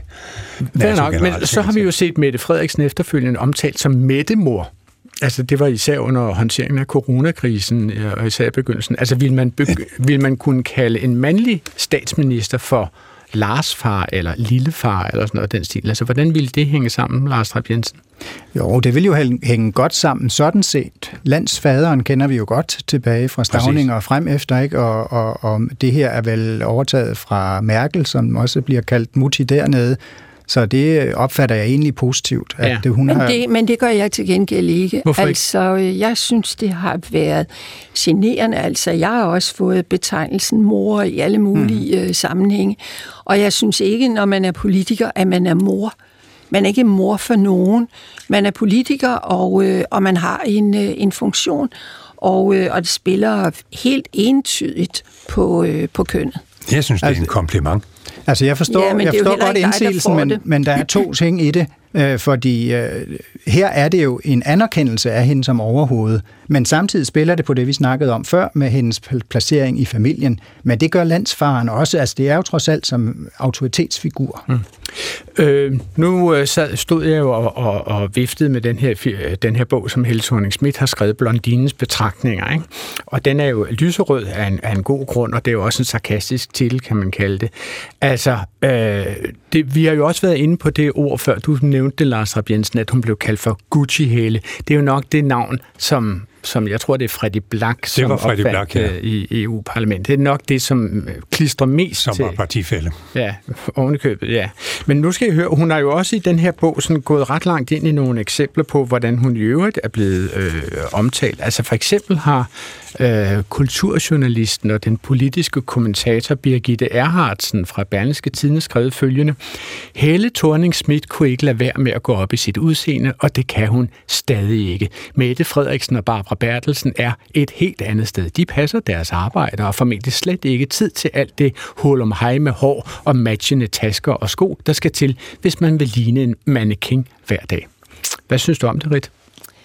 nok, men så har vi jo set Mette Frederiksen efterfølgende omtalt som Mette-mor. Altså, det var især under håndteringen af coronakrisen, og især i begyndelsen. Altså, vil man, begy- vil man kunne kalde en mandlig statsminister for Lars far eller lillefar eller sådan noget den stil? Altså, hvordan ville det hænge sammen, Lars Trap Jensen? Jo, det vil jo hænge godt sammen, sådan set. Landsfaderen kender vi jo godt tilbage fra Stauning og frem efter, ikke? Og, og, og det her er vel overtaget fra Merkel, som også bliver kaldt mutti dernede. Så det opfatter jeg egentlig positivt. At ja. det, hun men, har... det, men det gør jeg til gengæld ikke. Hvorfor ikke? Altså, jeg synes, det har været generende. Altså, jeg har også fået betegnelsen mor i alle mulige mm. øh, sammenhænge. Og jeg synes ikke, når man er politiker, at man er mor. Man er ikke mor for nogen. Man er politiker, og, øh, og man har en, øh, en funktion. Og, øh, og det spiller helt entydigt på, øh, på kønnet. Jeg synes, det er en kompliment. Altså, jeg forstår, ja, jeg forstår godt indsigelsen, men, men der er to ting i det, øh, fordi øh, her er det jo en anerkendelse af hende som overhoved, men samtidig spiller det på det, vi snakkede om før, med hendes placering i familien, men det gør landsfaren også, altså det er jo trods alt som autoritetsfigur. Mm. Øh, nu stod jeg jo og, og, og viftede med den her, den her bog, som Helle Thorning-Schmidt har skrevet, Blondinens betragtninger, ikke? Og den er jo lyserød af en, af en god grund, og det er jo også en sarkastisk titel, kan man kalde det. Altså, øh, det, vi har jo også været inde på det ord før, du nævnte det, Lars Trap Jensen, at hun blev kaldt for Gucci-Helle. Det er jo nok det navn, som som jeg tror, det er Freddy Black, som opfandt ja. i E U-parlamentet. Det er nok det, som klistrer mest som til... Som var partifælle. Ja, ovenikøbet, ja. Men nu skal I høre, hun har jo også i den her bog sådan gået ret langt ind i nogle eksempler på, hvordan hun i øvrigt er blevet øh, omtalt. Altså for eksempel har øh, kulturjournalisten og den politiske kommentator Birgitte Erhardsen fra Berlingske Tidende skrevet følgende: Helle Thorning-Schmidt kunne ikke lade være med at gå op i sit udseende, og det kan hun stadig ikke. Mette Frederiksen og Barbara Bertelsen er et helt andet sted. De passer deres arbejde og har formentlig slet ikke tid til alt det hul om hej med hår og matchende tasker og sko, der skal til, hvis man vil ligne en mannequin hver dag. Hvad synes du om det, Rit?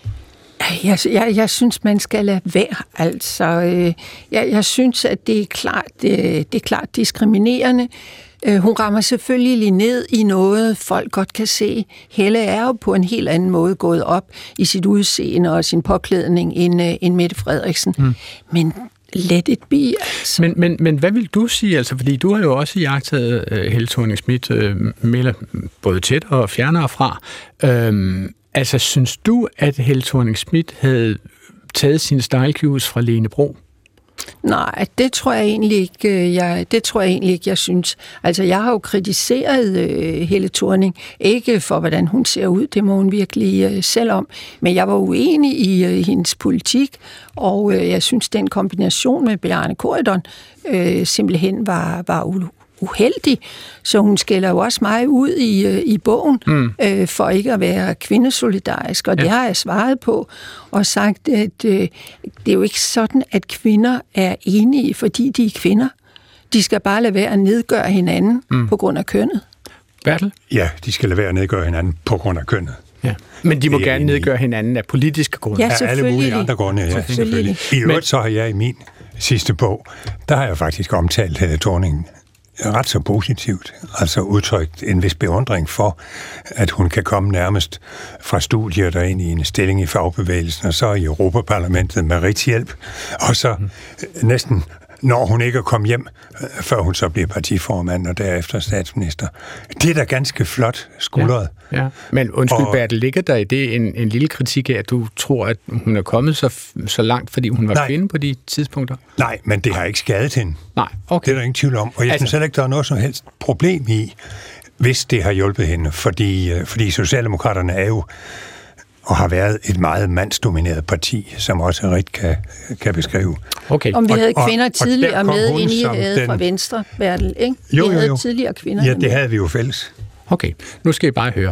Jeg, jeg, jeg synes, man skal lade være. Altså, øh, jeg, jeg synes, at det er klart, det, det er klart diskriminerende. Øh, hun rammer selvfølgelig lige ned i noget, folk godt kan se. Helle er jo på en helt anden måde gået op i sit udseende og sin påklædning end, øh, end Mette Frederiksen. Mm. Men let it be, altså. Men, men, men hvad vil du sige, altså, fordi du har jo også iagttaget uh, Helle Thorning-Schmidt uh, både tæt og fjernere fra. Um, altså, synes du, at Helle Thorning-Schmidt havde taget sine style cues fra Lene Bro? Nej, det tror jeg egentlig ikke, jeg, det tror jeg egentlig ikke, jeg synes. Altså, jeg har jo kritiseret øh, Helle Thorning, ikke for, hvordan hun ser ud, det må hun virkelig øh, selv om, men jeg var uenig i øh, hendes politik, og øh, jeg synes, den kombination med Bjarne Corydon øh, simpelthen var, var u- uheldig, så hun skælder jo også mig ud i, øh, i bogen, mm. øh, for ikke at være kvindesolidarisk, og ja. Det har jeg svaret på, og sagt, at øh, det er jo ikke sådan, at kvinder er enige, fordi de er kvinder. De skal bare lade være at nedgøre hinanden mm. på grund af kønnet. Bertel? Ja, de skal lade være at nedgøre hinanden på grund af kønnet. Ja. Men de må gerne nedgøre hinanden af politiske grunde. Ja, af alle mulige andre grunde, ja, selvfølgelig. selvfølgelig. I øvrigt så har jeg i min sidste bog, der har jeg faktisk omtalt Helle Thorning ret så positivt, altså udtrykt en vis beundring for, at hun kan komme nærmest fra studier der ind i en stilling i fagbevægelsen, og så i Europaparlamentet med rigthjælp, og så mm. næsten når hun ikke er kommet hjem, før hun så bliver partiformand og derefter statsminister. Det er da ganske flot skuldret. Ja, ja. Men undskyld, og, Bertel, ligger der i det en, en lille kritik af, at du tror, at hun er kommet så, så langt, fordi hun var nej, kvinde på de tidspunkter? Nej, men det har ikke skadet hende. Nej, okay. Det er der ingen tvivl om. Og jeg altså, synes heller ikke, der er noget som helst problem i, hvis det har hjulpet hende, fordi, fordi Socialdemokraterne er jo og har været et meget mandsdomineret parti, som også Rit kan, kan beskrive. Okay. Om vi havde kvinder og, tidligere og med, end I havde den fra Venstre, Bertel, ikke? Vi jo, jo, jo. havde tidligere kvinder. Ja, det havde vi jo fælles. Okay, nu skal I bare høre.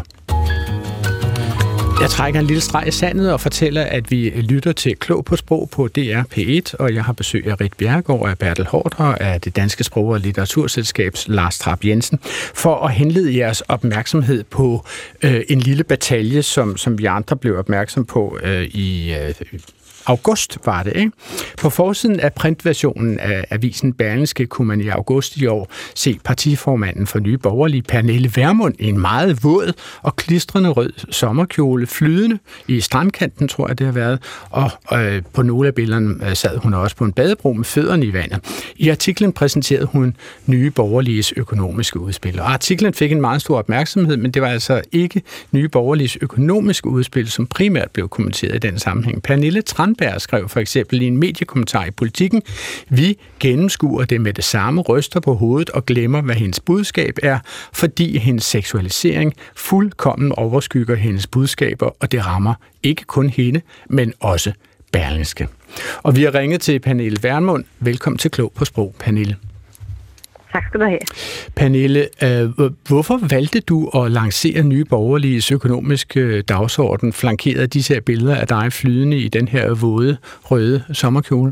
Jeg trækker en lille streg i sandet og fortæller, at vi lytter til Klog på Sprog på D R P et, og jeg har besøg af Rit Bjerregaard af Bertel Haarder af det Danske Sprog- og Litteraturselskabs Lars Trap Jensen, for at henlede jeres opmærksomhed på øh, en lille batalje, som, som vi andre blev opmærksom på øh, i øh, august, var det, ikke? På forsiden af printversionen af avisen Berlingske kunne man i august i år se partiformanden for Nye Borgerlige, Pernille Vermund, i en meget våd og klistrende rød sommerkjole, flydende i strandkanten, tror jeg det har været, og øh, på nogle af billederne sad hun også på en badebro med fødderne i vandet. I artiklen præsenterede hun Nye Borgerliges økonomiske udspil, og artiklen fik en meget stor opmærksomhed, men det var altså ikke Nye Borgerliges økonomiske udspil, som primært blev kommenteret i den sammenhæng. Pernille Tranberg skrev for eksempel i en mediekommentar i Politikken: "Vi gennemskuer det med det samme, ryster på hovedet og glemmer, hvad hendes budskab er, fordi hendes seksualisering fuldkommen overskygger hendes budskaber, og det rammer ikke kun hende, men også Berlingske." Og vi har ringet til Pernille Vermund. Velkommen til Klog på Sprog, Pernille. Tak skal du have. Pernille, øh, hvorfor valgte du at lancere Nye Borgerliges økonomiske dagsorden, flankeret af disse her billeder af dig flydende i den her våde, røde sommerkjole?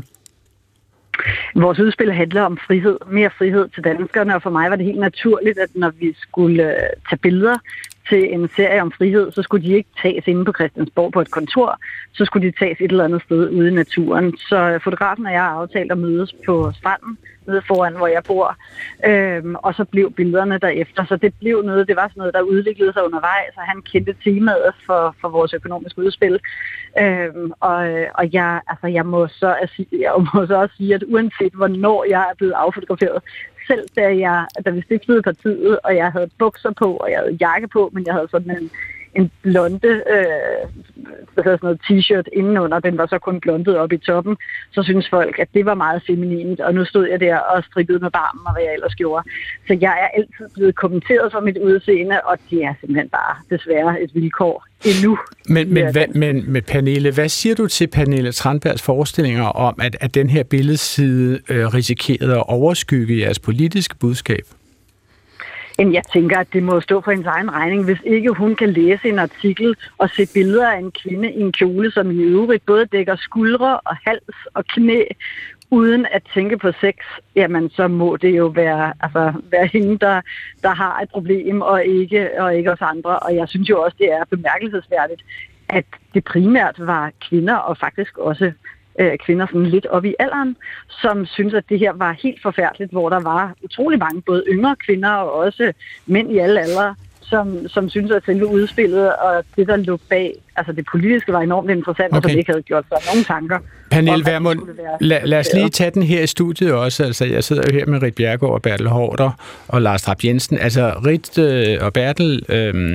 Vores udspil handler om frihed, mere frihed til danskerne, og for mig var det helt naturligt, at når vi skulle tage billeder til en serie om frihed, så skulle de ikke tages inde på Christiansborg på et kontor, så skulle de tages et eller andet sted ude i naturen. Så fotografen og jeg har aftalt at mødes på stranden, nede foran, hvor jeg bor, øhm, og så blev billederne derefter. Så det blev noget, det var sådan noget, der udviklede sig undervejs, og han kendte temaet for, for vores økonomiske udspil. Øhm, og og jeg, altså, jeg, må så, jeg må så også sige, at uanset hvornår jeg er blevet affotograferet, selv da, jeg, da vi stiftede partiet, og jeg havde bukser på, og jeg havde jakke på, men jeg havde sådan en, en blonde øh, sådan noget t-shirt indenunder, den var så kun blondet op i toppen, så synes folk, at det var meget feminint, og nu stod jeg der og strippede med barmen, og hvad jeg ellers gjorde. Så jeg er altid blevet kommenteret for mit udseende, og det er simpelthen bare desværre et vilkår endnu. Men, men, hvad, men med Pernille, hvad siger du til Pernille Tranbergs forestillinger om, at, at den her billedside øh, risikerede at overskygge jeres politiske budskab? Jamen, jeg tænker, at det må stå for hendes egen regning, hvis ikke hun kan læse en artikel og se billeder af en kvinde i en kjole, som i øvrigt både dækker skuldre og hals og knæ, uden at tænke på sex, jamen så må det jo være, altså, være hende, der, der har et problem, og ikke, og ikke os andre. Og jeg synes jo også, det er bemærkelsesværdigt, at det primært var kvinder, og faktisk også øh, kvinder sådan lidt op i alderen, som synes, at det her var helt forfærdeligt, hvor der var utrolig mange, både yngre kvinder og også mænd i alle aldre, som, som synes, at selve udspillet og det, der lå bag, altså det politiske, var enormt interessant, okay. Og som ikke havde gjort sig nogen tanker. Pernille Vermund, lad, lad os lige tage den her i studiet også. Altså, jeg sidder jo her med Rit Bjerregaard og Bertel Haarder og Lars Trap Jensen. Altså, Rit øh, og Bertel, øh,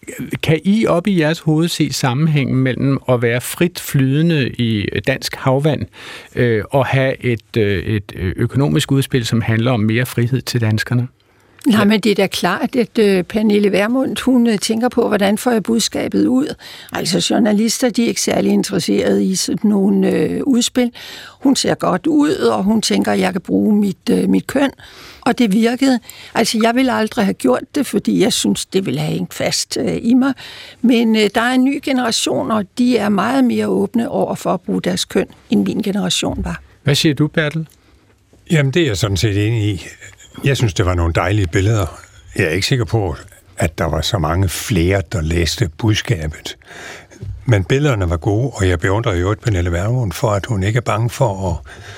kan I op i jeres hoved se sammenhængen mellem at være frit flydende i dansk havvand øh, og have et, øh, et økonomisk udspil, som handler om mere frihed til danskerne? Nej, men det er da klart, at uh, Pernille Vermund, hun uh, tænker på, hvordan får jeg budskabet ud. Altså journalister, de er ikke særlig interesserede i sådan nogle uh, udspil. Hun ser godt ud, og hun tænker, at jeg kan bruge mit, uh, mit køn. Og det virkede. Altså, jeg ville aldrig have gjort det, fordi jeg synes, det ville have hængt fast uh, i mig. Men uh, der er en ny generation, og de er meget mere åbne over for at bruge deres køn, end min generation var. Hvad siger du, Bertel? Jamen, det er jeg sådan set enig i. Jeg synes, det var nogle dejlige billeder. Jeg er ikke sikker på, at der var så mange flere, der læste budskabet. Men billederne var gode, og jeg beundrer jo et Pernille Vermund for, at hun ikke er bange for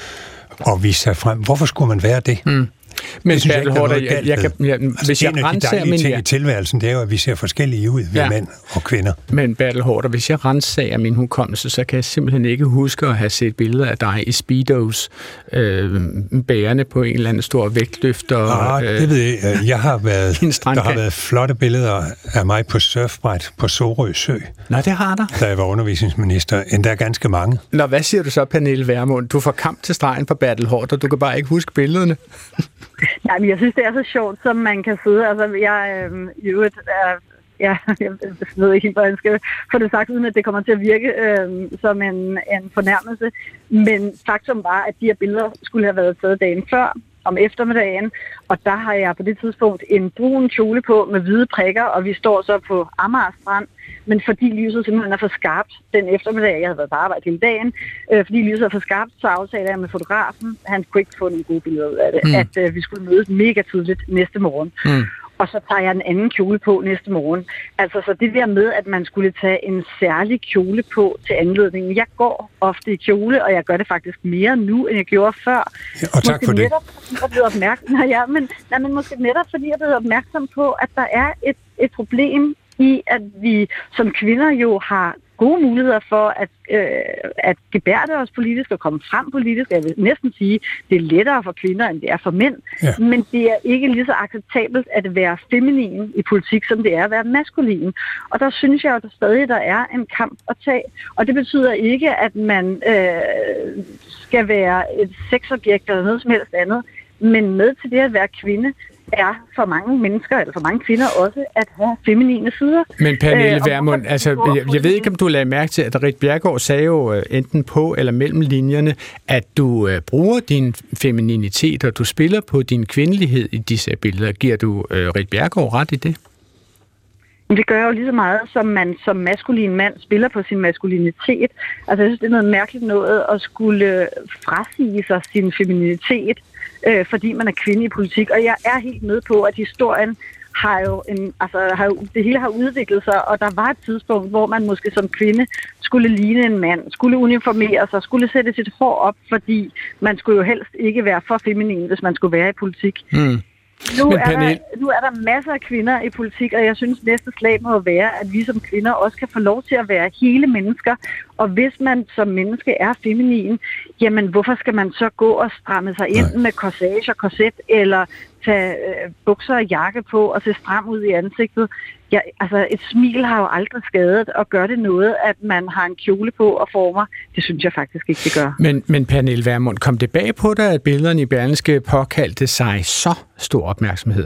at, at vise sig frem. Hvorfor skulle man være det? Mm. Men synes, Bertel Haarder, jeg, jeg kan, jeg, altså, hvis jeg en af de dejlige ting i tilværelsen, det er jo, at vi ser forskellige ud ved ja. mænd og kvinder. Men Bertel Haarder, hvis jeg renser min hukommelse, så kan jeg simpelthen ikke huske at have set billeder af dig i speedos, øh, bærende på en eller anden stor vægtløfter. Ah, øh, det ved jeg. Jeg har været, der har været flotte billeder af mig på surfbræt på Sorø Sø. Nå, det har der. Da jeg var undervisningsminister. Endda ganske mange. Nå, hvad siger du så, Pernille Vermund? Du får kamp til stregen på Bertel Haarder, du kan bare ikke huske billederne. Nej, men jeg synes, det er så sjovt, som man kan sidde. Altså, jeg øh, i øvrigt er... Ja, jeg ved ikke helt, hvordan jeg skal få det sagt, uden at det kommer til at virke øh, som en, en fornærmelse. Men faktum var, at de her billeder skulle have været taget dagen før, om eftermiddagen, og der har jeg på det tidspunkt en brun kjole på med hvide prikker, og vi står så på Amager Strand, men fordi lyset simpelthen er for skarpt den eftermiddag, jeg havde været på arbejde hele dagen, øh, fordi lyset er for skarpt, så aftalte jeg med fotografen, han kunne ikke få nogle gode billeder ud af det, mm. at øh, vi skulle mødes mega tidligt næste morgen. Mm. Og så tager jeg en anden kjole på næste morgen. Altså, så det der med, at man skulle tage en særlig kjole på til anledningen. Jeg går ofte i kjole, og jeg gør det faktisk mere nu, end jeg gjorde før. Ja, og tak måske for det. Netop, jeg er blevet opmærksom, ja, men, nej, men måske netop, fordi jeg er blevet opmærksom på, at der er et, et problem i, at vi som kvinder jo har gode muligheder for at, øh, at gebærde os politisk og komme frem politisk. Jeg vil næsten sige, det er lettere for kvinder, end det er for mænd. Ja. Men det er ikke lige så acceptabelt at være feminin i politik, som det er at være maskulin. Og der synes jeg jo, at der stadig der er en kamp at tage. Og det betyder ikke, at man øh, skal være et sexobjekt eller noget som helst andet. Men med til det at være kvinde, er for mange mennesker, eller for mange kvinder også, at have feminine sider. Men Pernille øh, Vermund, altså, jeg, jeg ved ikke, om du lagde mærke til, at Ritt Bjerregaard sagde jo uh, enten på eller mellem linjerne, at du uh, bruger din femininitet, og du spiller på din kvindelighed i disse billeder. Giver du uh, Ritt Bjerregaard ret i det? Det gør jo lige så meget, som man som maskulin mand spiller på sin maskulinitet. Altså, jeg synes, det er noget mærkeligt noget at skulle frasige sig sin femininitet, øh, fordi man er kvinde i politik. Og jeg er helt med på, at historien har jo, en, altså, har jo, det hele har udviklet sig, og der var et tidspunkt, hvor man måske som kvinde skulle ligne en mand, skulle uniformere sig, skulle sætte sit hår op, fordi man skulle jo helst ikke være for feminin, hvis man skulle være i politik. Mm. Nu er, der, nu er der masser af kvinder i politik, og jeg synes, næste slag må være, at vi som kvinder også kan få lov til at være hele mennesker. Og hvis man som menneske er feminin, jamen hvorfor skal man så gå og stramme sig ind med corsage og korset, eller tage øh, bukser og jakke på og se stram ud i ansigtet? Ja, altså et smil har jo aldrig skadet, og gør det noget, at man har en kjole på og former? Det synes jeg faktisk ikke, det gør. Men, men Pernille Vermund, kom det bag på dig, at billederne i Berlingske påkaldte sig så stor opmærksomhed?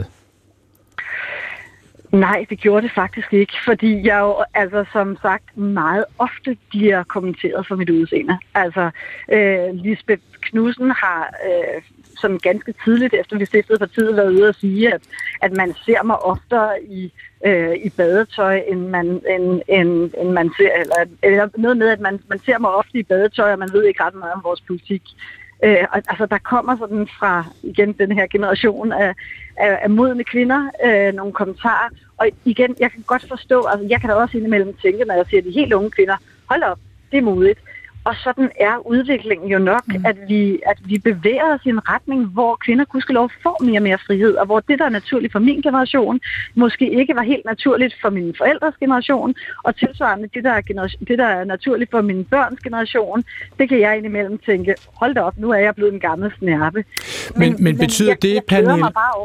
Nej, det gjorde det faktisk ikke, fordi jeg jo, altså som sagt, meget ofte bliver kommenteret for mit udseende. Altså, øh, Lisbeth Knudsen har øh, som ganske tidligt, efter vi stiftede partiet, været ude at sige, at, at man ser mig oftere i, øh, i badetøj, end man, end, end, end man ser, eller, eller noget med, at man, man ser mig ofte i badetøj, og man ved ikke ret meget om vores politik. Øh, og, altså, der kommer sådan fra, igen, den her generation af, af, af modne kvinder, øh, nogle kommentarer. Og igen, jeg kan godt forstå, altså jeg kan da også indimellem tænke, når jeg ser de helt unge kvinder, hold op, det er modigt. Og sådan er udviklingen jo nok, mm. at, vi, at vi bevæger os i en retning, hvor kvinder kunne lov få mere og mere frihed, og hvor det, der er naturligt for min generation, måske ikke var helt naturligt for mine forældres generation, og tilsvarende det, der er, generation, det, der er naturligt for mine børns generation, det kan jeg indimellem tænke, hold da op, nu er jeg blevet en gammel snærpe. Men, men, men betyder jeg, det, jeg Pernille? mig bare over,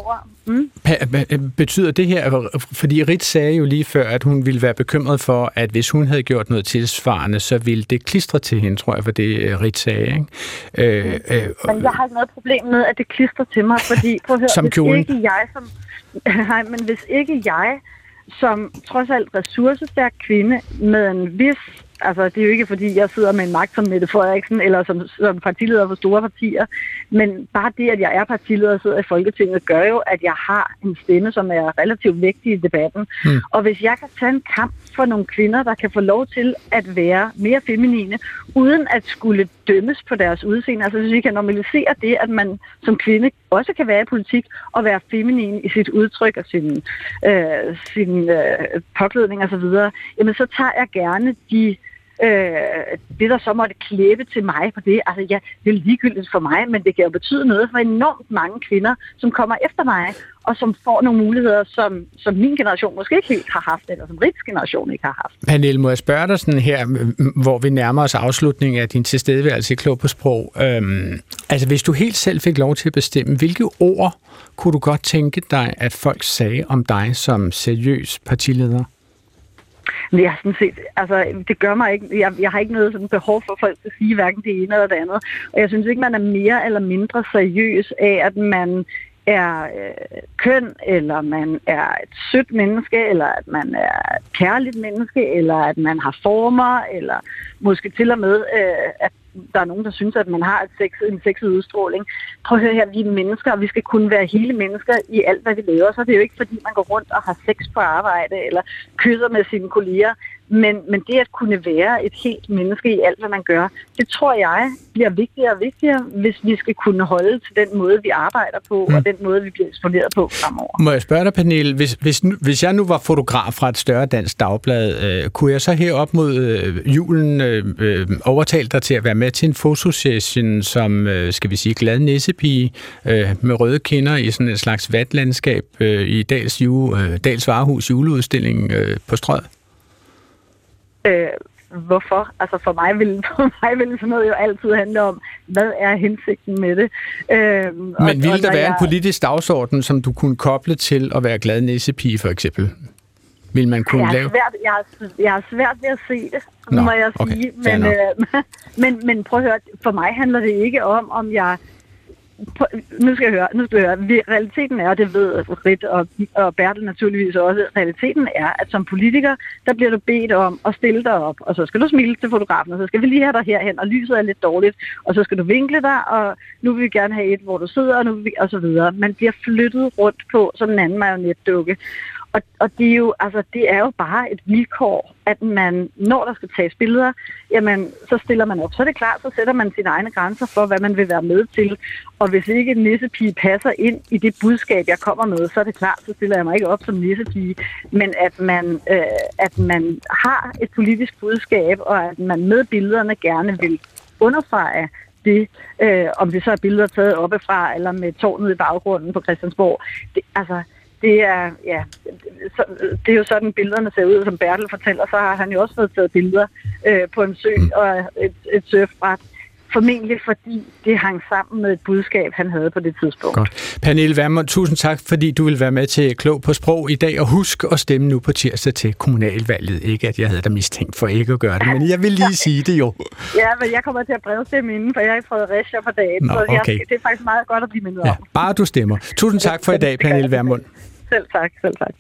Mm. Betyder det her, fordi Rit sagde jo lige før, at hun ville være bekymret for, at hvis hun havde gjort noget tilsvarende, så ville det klistre til hende, tror jeg, for det Rit sagde, ikke? Øh, øh, men jeg har ikke noget problem med, at det klistrer til mig, fordi prøv at høre, som hvis kjolen. ikke jeg som... Nej, men hvis ikke jeg som trods alt ressourcestærk kvinde med en vis... Altså, det er jo ikke, fordi jeg sidder med en magt som Mette Frederiksen, eller som, som partileder for store partier, men bare det, at jeg er partileder og sidder i Folketinget, gør jo, at jeg har en stemme, som er relativt vigtig i debatten. Mm. Og hvis jeg kan tage en kamp for nogle kvinder, der kan få lov til at være mere feminine, uden at skulle dømmes på deres udseende, altså hvis vi kan normalisere det, at man som kvinde også kan være i politik og være feminin i sit udtryk og sin, øh, sin øh, påklædning osv., jamen så tager jeg gerne de Øh, det, der så måtte klæbe til mig på det, altså ja, det er ligegyldigt for mig, men det kan jo betyde noget for enormt mange kvinder, som kommer efter mig, og som får nogle muligheder, som, som min generation måske ikke helt har haft, eller som Rits generation ikke har haft. Pernille, må jeg spørge dig sådan her, hvor vi nærmer os afslutningen af din tilstedeværelse i Klog på Sprog. Øhm, altså, hvis du helt selv fik lov til at bestemme, hvilke ord kunne du godt tænke dig, at folk sagde om dig som seriøs partileder? Men jeg sådan set, altså, det gør mig ikke, jeg, jeg har ikke noget sådan behov for folk at sige hverken det ene eller det andet. Og jeg synes ikke, man er mere eller mindre seriøs af, at man er øh, køn, eller man er et sødt menneske, eller at man er et kærligt menneske, eller at man har former, eller måske til og med, øh, at der er nogen, der synes, at man har et sex, en sexet udstråling. Prøv at høre her, vi er mennesker, og vi skal kunne være hele mennesker i alt, hvad vi laver. Så det er jo ikke, fordi man går rundt og har sex på arbejde, eller kysser med sine kolleger. Men, men det at kunne være et helt menneske i alt, hvad man gør, det tror jeg bliver vigtigere og vigtigere, hvis vi skal kunne holde til den måde, vi arbejder på, mm. og den måde, vi bliver eksponeret på fremover. Må jeg spørge dig, Pernille, hvis, hvis, hvis jeg nu var fotograf fra et større dansk dagblad, øh, kunne jeg så herop mod øh, julen øh, øh, overtale dig til at være med til en fotosession som, øh, skal vi sige, glad nissepige øh, med røde kinder i sådan et slags vatlandskab øh, i Dals, jule, øh, Dals Varehus juleudstilling øh, på Strøget? Øh, hvorfor? Altså for mig vil for mig vil sådan noget jo altid handle om, hvad er hensigten med det? Øh, Men og, ville og der være jeg... en politisk dagsorden, som du kunne koble til at være glad nissepige, for eksempel? Vil man kunne jeg lave? Svært, jeg, har, jeg har svært ved at se det, Nå, må jeg okay, sige. Men, øh, men, men prøv at høre, for mig handler det ikke om, om jeg... Nu skal jeg høre, nu skal jeg høre. Vi, realiteten er, og det ved Rit og, og Bertel naturligvis også, realiteten er, at som politiker, der bliver du bedt om at stille dig op, og så skal du smile til fotografen, og så skal vi lige have dig herhen, og lyset er lidt dårligt, og så skal du vinkle dig, og nu vil vi gerne have et, hvor du sidder, og, nu vi, og så videre. Man bliver flyttet rundt på som en anden marionetdukke. Og, og det, er jo, altså, det er jo bare et vilkår, at man, når der skal tages billeder, jamen, så stiller man op. Så er det klart, så sætter man sine egne grænser for, hvad man vil være med til. Og hvis ikke en nissepige passer ind i det budskab, jeg kommer med, så er det klart, så stiller jeg mig ikke op som nissepige. Men at man, øh, at man har et politisk budskab, og at man med billederne gerne vil understrege det, øh, om det så er billeder taget oppefra, eller med tårnet i baggrunden på Christiansborg. Det, altså... Det er, ja, det er jo sådan, billederne ser ud, som Bertel fortæller. Så har han jo også fået taget billeder øh, på en sø og et, et surfbræt. Formentlig fordi det hang sammen med et budskab, han havde på det tidspunkt. Godt. Pernille Vermund, tusind tak, fordi du vil være med til Klog på Sprog i dag. Og husk at stemme nu på tirsdag til kommunalvalget. Ikke at jeg havde dig mistænkt for ikke at gøre det, men jeg vil lige sige det jo. Ja, men jeg kommer til at brevstemme inden, for jeg er i Fredericia på dagen. Nå, så jeg, okay. Det er faktisk meget godt at blive mindet ja, om. Bare du stemmer. Tusind tak for i dag, Pernille Vermund. Selv tak, selv tak.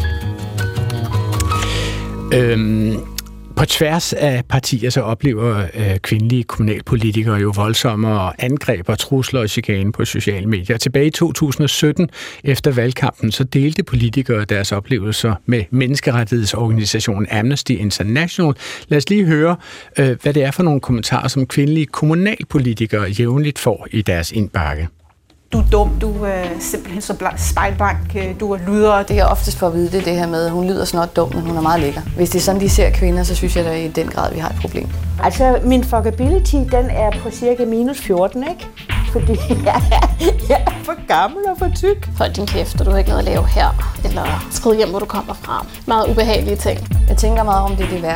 Øhm, på tværs af partier så oplever øh, kvindelige kommunalpolitikere jo voldsomme angreb og trusler og chikane på sociale medier. Tilbage i to tusind og sytten, efter valgkampen, så delte politikere deres oplevelser med menneskerettighedsorganisationen Amnesty International. Lad os lige høre, øh, hvad det er for nogle kommentarer, som kvindelige kommunalpolitikere jævnligt får i deres indbakke. Du er dum, du er simpelthen så spejlblank, du er luder. Det jeg oftest får at vide, det er det her med, at hun lyder snot dum, men hun er meget lækker. Hvis det er sådan, de ser kvinder, så synes jeg da i den grad, vi har et problem. Altså, min fuckability, den er på cirka minus fjorten, ikke? Fordi jeg er, jeg er for gammel og for tyk. Hold din kæft, og du har ikke noget at lave her. Eller skrid hjem, hvor du kommer fra. Meget ubehagelige ting. Jeg tænker meget om det, det er værd, ikke?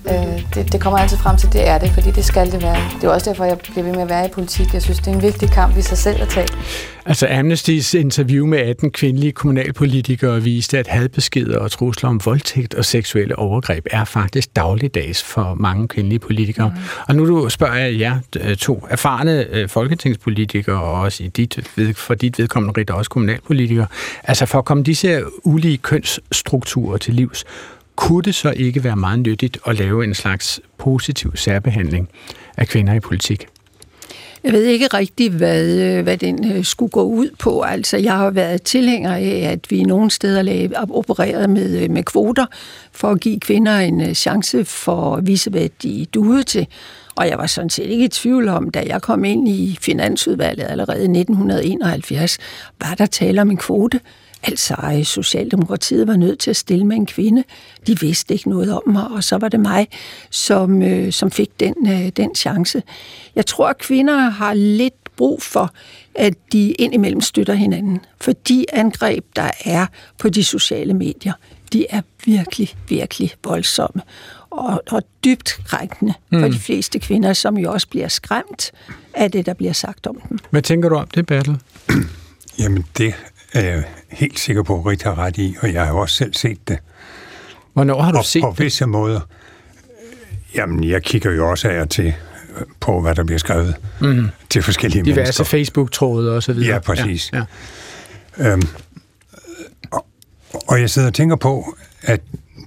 Øh, det, det kommer altid frem til, det er det, fordi det skal det være. Det er også derfor, jeg bliver ved med at være i politik. Jeg synes, det er en vigtig kamp i sig selv at tage. Altså Amnestys interview med atten kvindelige kommunalpolitikere viste, at hadbeskeder og trusler om voldtægt og seksuelle overgreb er faktisk dagligdags for mange kvindelige politikere. Mm. Og nu du spørger jeg jer to erfarne folketingspolitikere, og også i dit, for dit vedkommende rigtig også kommunalpolitikere, altså for at komme disse ulige kønsstrukturer til livs, kunne det så ikke være meget nyttigt at lave en slags positiv særbehandling af kvinder i politik? Jeg ved ikke rigtig, hvad, hvad den skulle gå ud på. Altså, jeg har været tilhænger af, at vi nogle steder lavede, opererede med, med kvoter for at give kvinder en chance for at vise, hvad de duede til. Og jeg var sådan set ikke i tvivl om, da jeg kom ind i Finansudvalget allerede i nitten enoghalvfjerds, var der tale om en kvote. Altså, Socialdemokratiet var nødt til at stille med en kvinde. De vidste ikke noget om mig, og så var det mig, som, øh, som fik den, øh, den chance. Jeg tror, at kvinder har lidt brug for, at de indimellem støtter hinanden. For de angreb, der er på de sociale medier, de er virkelig, virkelig voldsomme og, og dybt krænkende mm. for de fleste kvinder, som jo også bliver skræmt af det, der bliver sagt om dem. Hvad tænker du om det, Bertel? Jamen, det er jeg helt sikker på, at Rita har ret i, og jeg har også selv set det. Hvornår har du og set på det? På visse måder. Jamen, jeg kigger jo også af og til på, hvad der bliver skrevet mm. til forskellige diverse mennesker. Diverse Facebook-tråde og så videre. Ja, præcis. Ja, ja. Øhm, og, og jeg sidder og tænker på, at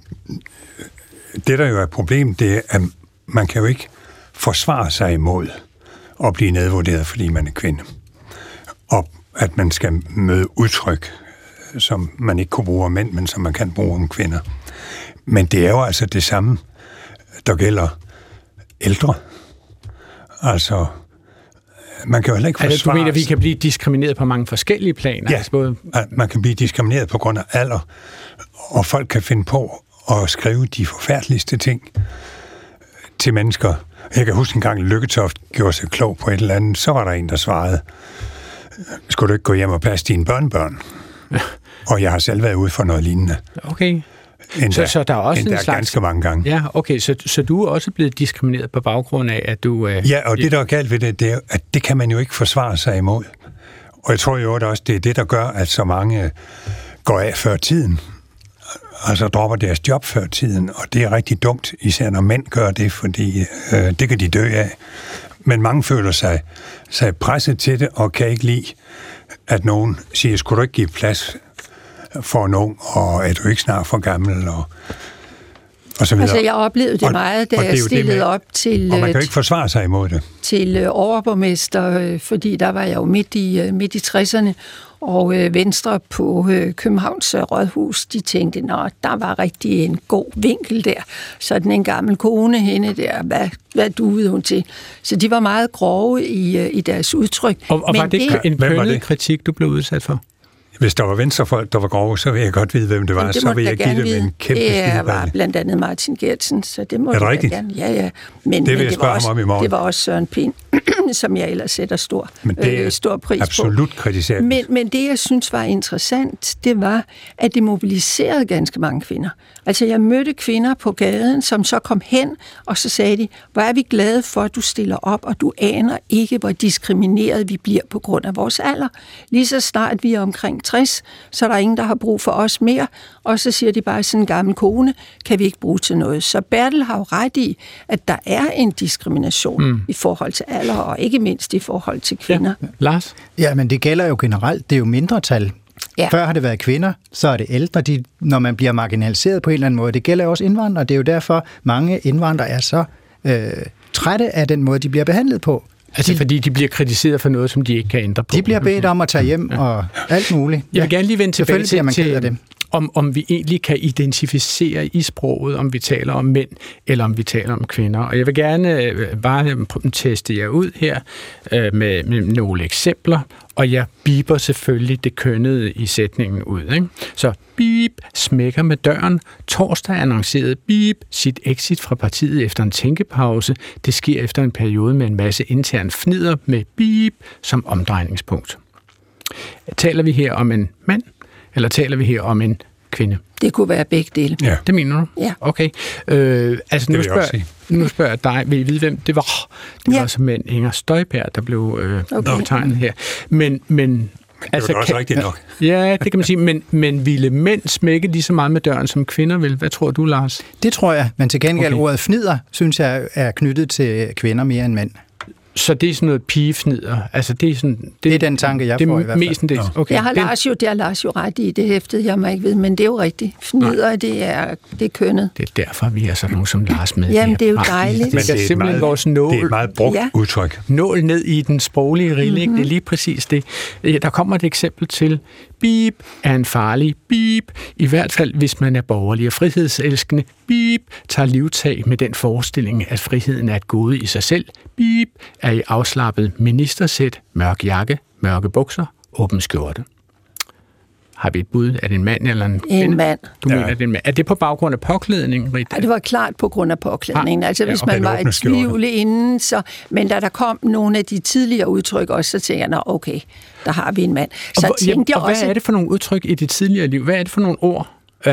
det, der jo er et problem, det er, at man kan jo ikke forsvare sig imod at blive nedvurderet, fordi man er kvinde. Og at man skal møde udtryk, som man ikke kunne bruge om mænd, men som man kan bruge om kvinder. Men det er jo altså det samme, der gælder ældre. Altså, man kan jo heller ikke forsvare... Altså, du mener, at vi kan blive diskrimineret på mange forskellige planer? Ja, altså både... man kan blive diskrimineret på grund af alder, og folk kan finde på at skrive de forfærdeligste ting til mennesker. Jeg kan huske en gang, Lykketoft gjorde sig klog på et eller andet, så var der en, der svarede, skulle du ikke gå hjem og passe dine børnebørn? Ja. Og jeg har selv været ude for noget lignende. Okay. Endda, så, så der er også en slags... ganske mange gange. Ja, okay, så, så du er også blevet diskrimineret på baggrund af, at du... Øh... Ja, og det, der er galt ved det, det er, at det kan man jo ikke forsvare sig imod. Og jeg tror jo også, det er det, der gør, at så mange går af før tiden. Altså dropper deres job før tiden, og det er rigtig dumt, især når mænd gør det, fordi øh, det kan de dø af. Men mange føler sig, sig presset til det, og kan ikke lide, at nogen siger, skulle du ikke give plads for nogen, og er du ikke snart for gammel, og, og så videre. Altså, jeg oplevede det og, meget, da jeg stillede op til... Og man kan ikke forsvare sig imod det. Til overborgmester, fordi der var jeg jo midt i, midt i tresserne, og Venstre på Københavns Rådhus, de tænkte, nå, der var rigtig en god vinkel der. Sådan en gammel kone hende der, hvad, hvad duede hun til? Så de var meget grove i, i deres udtryk. Og, og Men var det, det en kønnet kritik, du blev udsat for? Hvis der var venstrefolk, der var grove, så vil jeg godt vide, hvem det var. Det så vil jeg give dem en kæmpe skideballe. Det var blandt andet Martin Geertsen, så det må er det du rigtigt? gerne. Ja, ja. Men, det vil men jeg det spørge var også, ham om i morgen. Det var også Søren Pind, som jeg ellers sætter stor, men det er øh, stor pris absolut på. kritisabelt. Men, men det, jeg synes var interessant, det var, at det mobiliserede ganske mange kvinder. Altså, jeg mødte kvinder på gaden, som så kom hen, og så sagde de, hvor er vi glade for, at du stiller op, og du aner ikke, hvor diskrimineret vi bliver på grund af vores alder. Lige så snart vi er omkring tres, så er der ingen, der har brug for os mere, og så siger de bare, sådan en gammel kone kan vi ikke bruge til noget. Så Bertel har jo ret i, at der er en diskrimination mm. i forhold til alder, og ikke mindst i forhold til kvinder. Ja. Lars? Ja, men det gælder jo generelt. Det er jo mindretal. Ja. Før har det været kvinder, så er det ældre, de, når man bliver marginaliseret på en eller anden måde. Det gælder jo også indvandrere. Det er jo derfor, mange indvandrere er så øh, trætte af den måde, de bliver behandlet på. Altså de, fordi de bliver kritiseret for noget, som de ikke kan ændre på. De bliver bedt om at tage hjem ja. og alt muligt. Jeg vil gerne lige vende tilbage til, man til det. Om, om vi egentlig kan identificere i sproget, om vi taler om mænd, eller om vi taler om kvinder. Og jeg vil gerne øh, bare teste jer ud her øh, med, med nogle eksempler, og jeg biber selvfølgelig det kønnede i sætningen ud. Ikke? Så bip, smækker med døren. Torsdag annoncerede bip sit exit fra partiet efter en tænkepause. Det sker efter en periode med en masse intern fnider med bip som omdrejningspunkt. Taler vi her om en mand, eller taler vi her om en kvinde? Det kunne være begge dele. Ja. Det mener du? Ja. Okay. Øh, altså, nu spørger, nu spørger jeg dig, vil I vide, hvem det var? Det var ja. simpelthen Inger Støjberg, der blev øh, okay. tegnet her. Men, men det altså, var også kan, rigtigt nok. Ja, det kan man sige. Men, men ville mænd smække lige så meget med døren, som kvinder vil? Hvad tror du, Lars? Det tror jeg, men til gengæld okay. ordet fnider, synes jeg, er knyttet til kvinder mere end mænd. Så det er sådan noget pigefnider? Altså, det er sådan... Det, det er den tanke, jeg det får i hvert fald. Det, okay. Jeg har Lars jo, det har Lars jo ret i, det hæftede jeg mig ikke ved, men det er jo rigtigt. Fnider, det er, det er kønnet. Det er derfor, vi er sådan nogen som Lars med. Jamen, det er jo dejligt. Men det er, simpelthen meget, vores nål, det er et meget brugt ja. udtryk. Nål ned i den sproglige rille, mm-hmm. det er lige præcis det. Der kommer et eksempel til. Bip er en farlig bip, i hvert fald hvis man er borgerlig og frihedselskende. Bip tager livtag med den forestilling, at friheden er et gode i sig selv. Bip er i afslappet ministersæt, mørk jakke, mørke bukser, åben skjorte. Har vi et bud? Er det en mand eller en kvinde? En mand. Du ja. mener, det er en mand. Er det på baggrund af påklædning, Rita? Ja, det var klart på grund af påklædningen. Altså, hvis ja, okay. man var i tvivl inden, så... Men da der kom nogle af de tidligere udtryk også, så tænkte jeg, nå, okay, der har vi en mand. Så og, tænkte jamen, jeg og også... hvad er det for nogle udtryk i det tidligere liv? Hvad er det for nogle ord?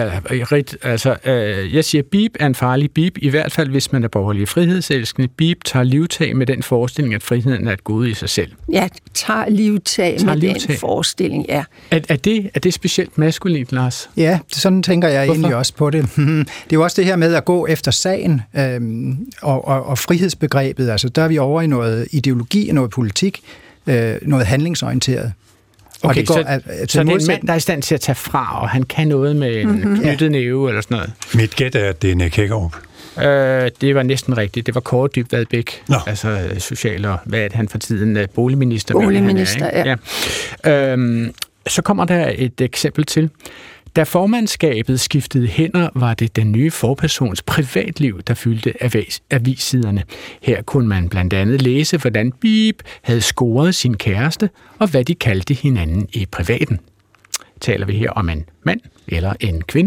Altså, jeg siger, bip er en farlig bip, i hvert fald hvis man er borgerlig frihedselskende. Bip tager livtag med den forestilling, at friheden er et gode i sig selv. Ja, tager livtag tager med livtag. den forestilling, ja. Er, er, det, er det specielt maskulint, Lars? Ja, sådan tænker jeg Hvorfor? egentlig også på det. Det er jo også det her med at gå efter sagen øhm, og, og, og frihedsbegrebet. Altså, der er vi over i noget ideologi og noget politik, øh, noget handlingsorienteret. Okay, det går, så, at, at så det er en mand, der er i stand til at tage fra, og han kan noget med en mm-hmm. knyttet næve eller sådan noget. Mit gæt er, at det er Nick Hækkerup. Øh, det var næsten rigtigt. Det var Kåre Dybvad Bæk, altså social og, hvad er det han for tiden, boligminister. Boligminister, er, ja. ja. Øhm, så kommer der et eksempel til. Da formandskabet skiftede hænder, var det den nye forpersons privatliv, der fyldte avis- avissiderne. Her kunne man blandt andet læse, hvordan Bip havde scoret sin kæreste, og hvad de kaldte hinanden i privaten. Taler vi her om en mand eller en kvinde?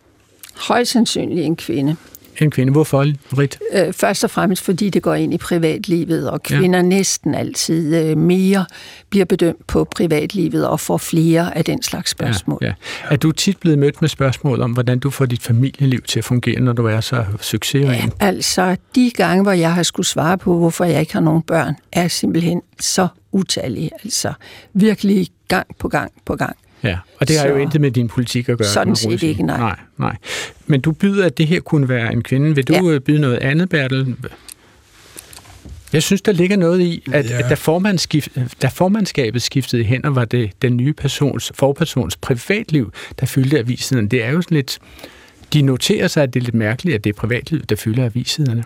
Højst sandsynligt en kvinde. En kvinde. Hvorfor, Rit? Øh, først og fremmest, fordi det går ind i privatlivet, og kvinder ja. næsten altid øh, mere bliver bedømt på privatlivet og får flere af den slags spørgsmål. Ja, ja. Er du tit blevet mødt med spørgsmål om, hvordan du får dit familieliv til at fungere, når du er så succesrig? Ja, altså, de gange, hvor jeg har skulle svare på, hvorfor jeg ikke har nogen børn, er simpelthen så utallige. Altså, virkelig gang på gang på gang. Ja, og det har så, jo intet med din politik at gøre. Sådan set ikke, nej. nej. Nej, men du byder, at det her kunne være en kvinde. Vil du ja. byde noget andet, Bertel? Jeg synes, der ligger noget i, at, ja. at da, formandskift, da formandskabet skiftede hænder, var det den nye persons, forpersons privatliv, der fyldte avissiderne. Det er jo sådan lidt... De noterer sig, at det er lidt mærkeligt, at det er privatliv, der fylder avissiderne.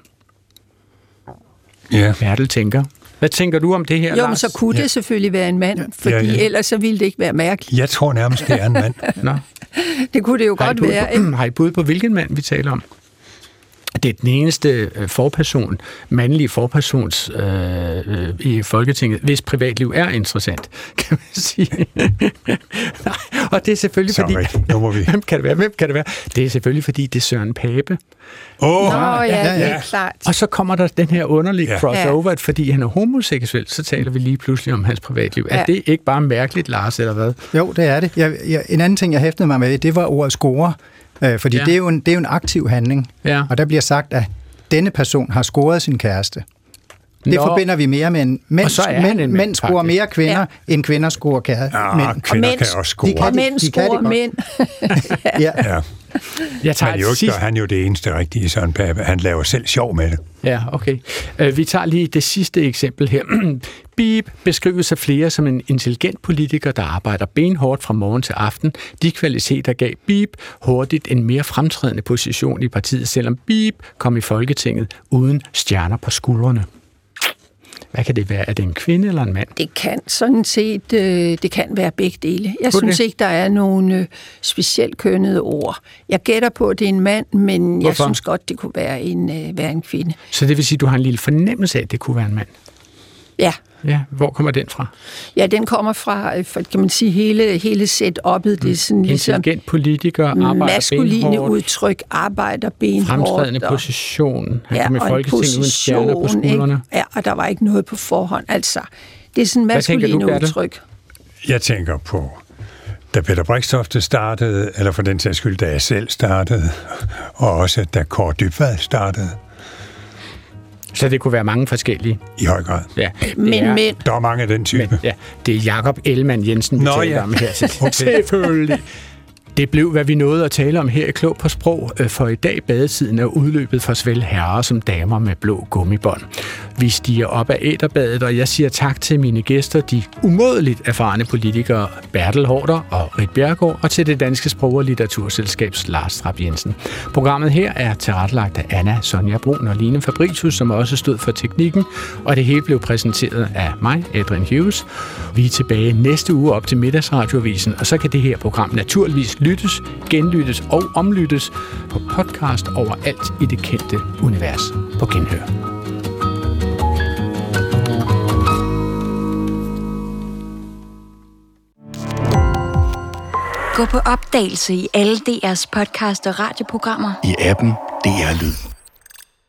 Ja. Bertel tænker... Hvad tænker du om det her, Jo, Lars? men så kunne det ja. selvfølgelig være en mand, fordi ja, ja. ellers så ville det ikke være mærkeligt. Jeg tror nærmest, det er en mand. Nå. Det kunne det jo har godt være. På, har I bud på, hvilken mand vi taler om? Det er den eneste forperson, mandlige forpersons øh, i Folketinget, hvis privatliv er interessant, kan man sige. Nej, og det er selvfølgelig så fordi... Nu må vi. Hvem kan det være? Hvem kan det være? Det er selvfølgelig fordi, det er Søren Pape. Åh! Oh. Nå, ja, ja, ja, det er klart. Og så kommer der den her underlige ja. crossover, at fordi han er homoseksuel, så taler vi lige pludselig om hans privatliv. Ja. Er det ikke bare mærkeligt, Lars, eller hvad? Jo, det er det. Jeg, jeg, en anden ting, jeg hæftede mig med, det var ordet score. Øh, fordi ja. det, er jo en, det er jo en aktiv handling. Ja. Og der bliver sagt, at denne person har scoret sin kæreste. Det Nå. forbinder vi mere med en mænd. Mænd, mænd, mænd scorer mere kvinder, ja. end kvinder scorer kæreste. Ja, mænd. Kvinder og kan også score. De kan, og mænd scorer mænd. ja. ja. Jeg tager Men jo ikke gør han jo det eneste rigtige, Søren Pape. Han laver selv sjov med det. Ja, okay. Uh, vi tager lige det sidste eksempel her. Bip beskrives af flere som en intelligent politiker, der arbejder benhårdt fra morgen til aften. De kvaliteter gav Bip hurtigt en mere fremtrædende position i partiet, selvom Bip kom i Folketinget uden stjerner på skuldrene. Hvad kan det være? Er det en kvinde eller en mand? Det kan sådan set øh, det kan være begge dele. Jeg synes ikke, der er nogen øh, specielt kønnede ord. Jeg gætter på, at det er en mand, men Hvorfor? jeg synes godt, det kunne være en, øh, være en kvinde. Så det vil sige, at du har en lille fornemmelse af, at det kunne være en mand? Ja. Ja, hvor kommer den fra? Ja, den kommer fra, kan man sige, hele, hele setup'et. Det er sådan ligesom... Intelligent politiker, arbejder maskuline benhårdt. udtryk, arbejder benhårdt. Fremtrædende position. Han ja, kom i Folketinget uden stjerner på skuldrene. Ikke? Ja, og der var ikke noget på forhånd. Altså, det er sådan maskuline udtryk. Jeg tænker på da Peter Brixtofte startede, eller for den sags skyld, da jeg selv startede, og også da Kåre Dybvad startede. Så det kunne være mange forskellige? I høj grad. Ja. Men, er, men, der er mange af den type. Men, ja, det er Jakob Ellemann Jensen, vi Nå, taler ja. om her. Okay. Selvfølgelig. Det blev, hvad vi nåede at tale om her i Klog på Sprog, for i dag badetiden er udløbet for såvel herrer som damer med blå gummibånd. Vi stiger op af æterbadet, og jeg siger tak til mine gæster, de umådeligt erfarne politikere Bertel Haarder og Rit Bjerregaard, og til det Danske Sprog- og Litteraturselskabs Lars Trapp Jensen. Programmet her er tilrettelagt af Anna Sonja Brun og Line Fabricius, som også stod for teknikken, og det hele blev præsenteret af mig, Adrian Hughes. Vi er tilbage næste uge op til Middagsradioavisen, og så kan det her program naturligvis lyttes, genlyttes og omlyttes på podcast overalt i det kendte univers. På genhør. Gå på opdagelse i alle D R's podcast og radioprogrammer. I appen D R Lyd.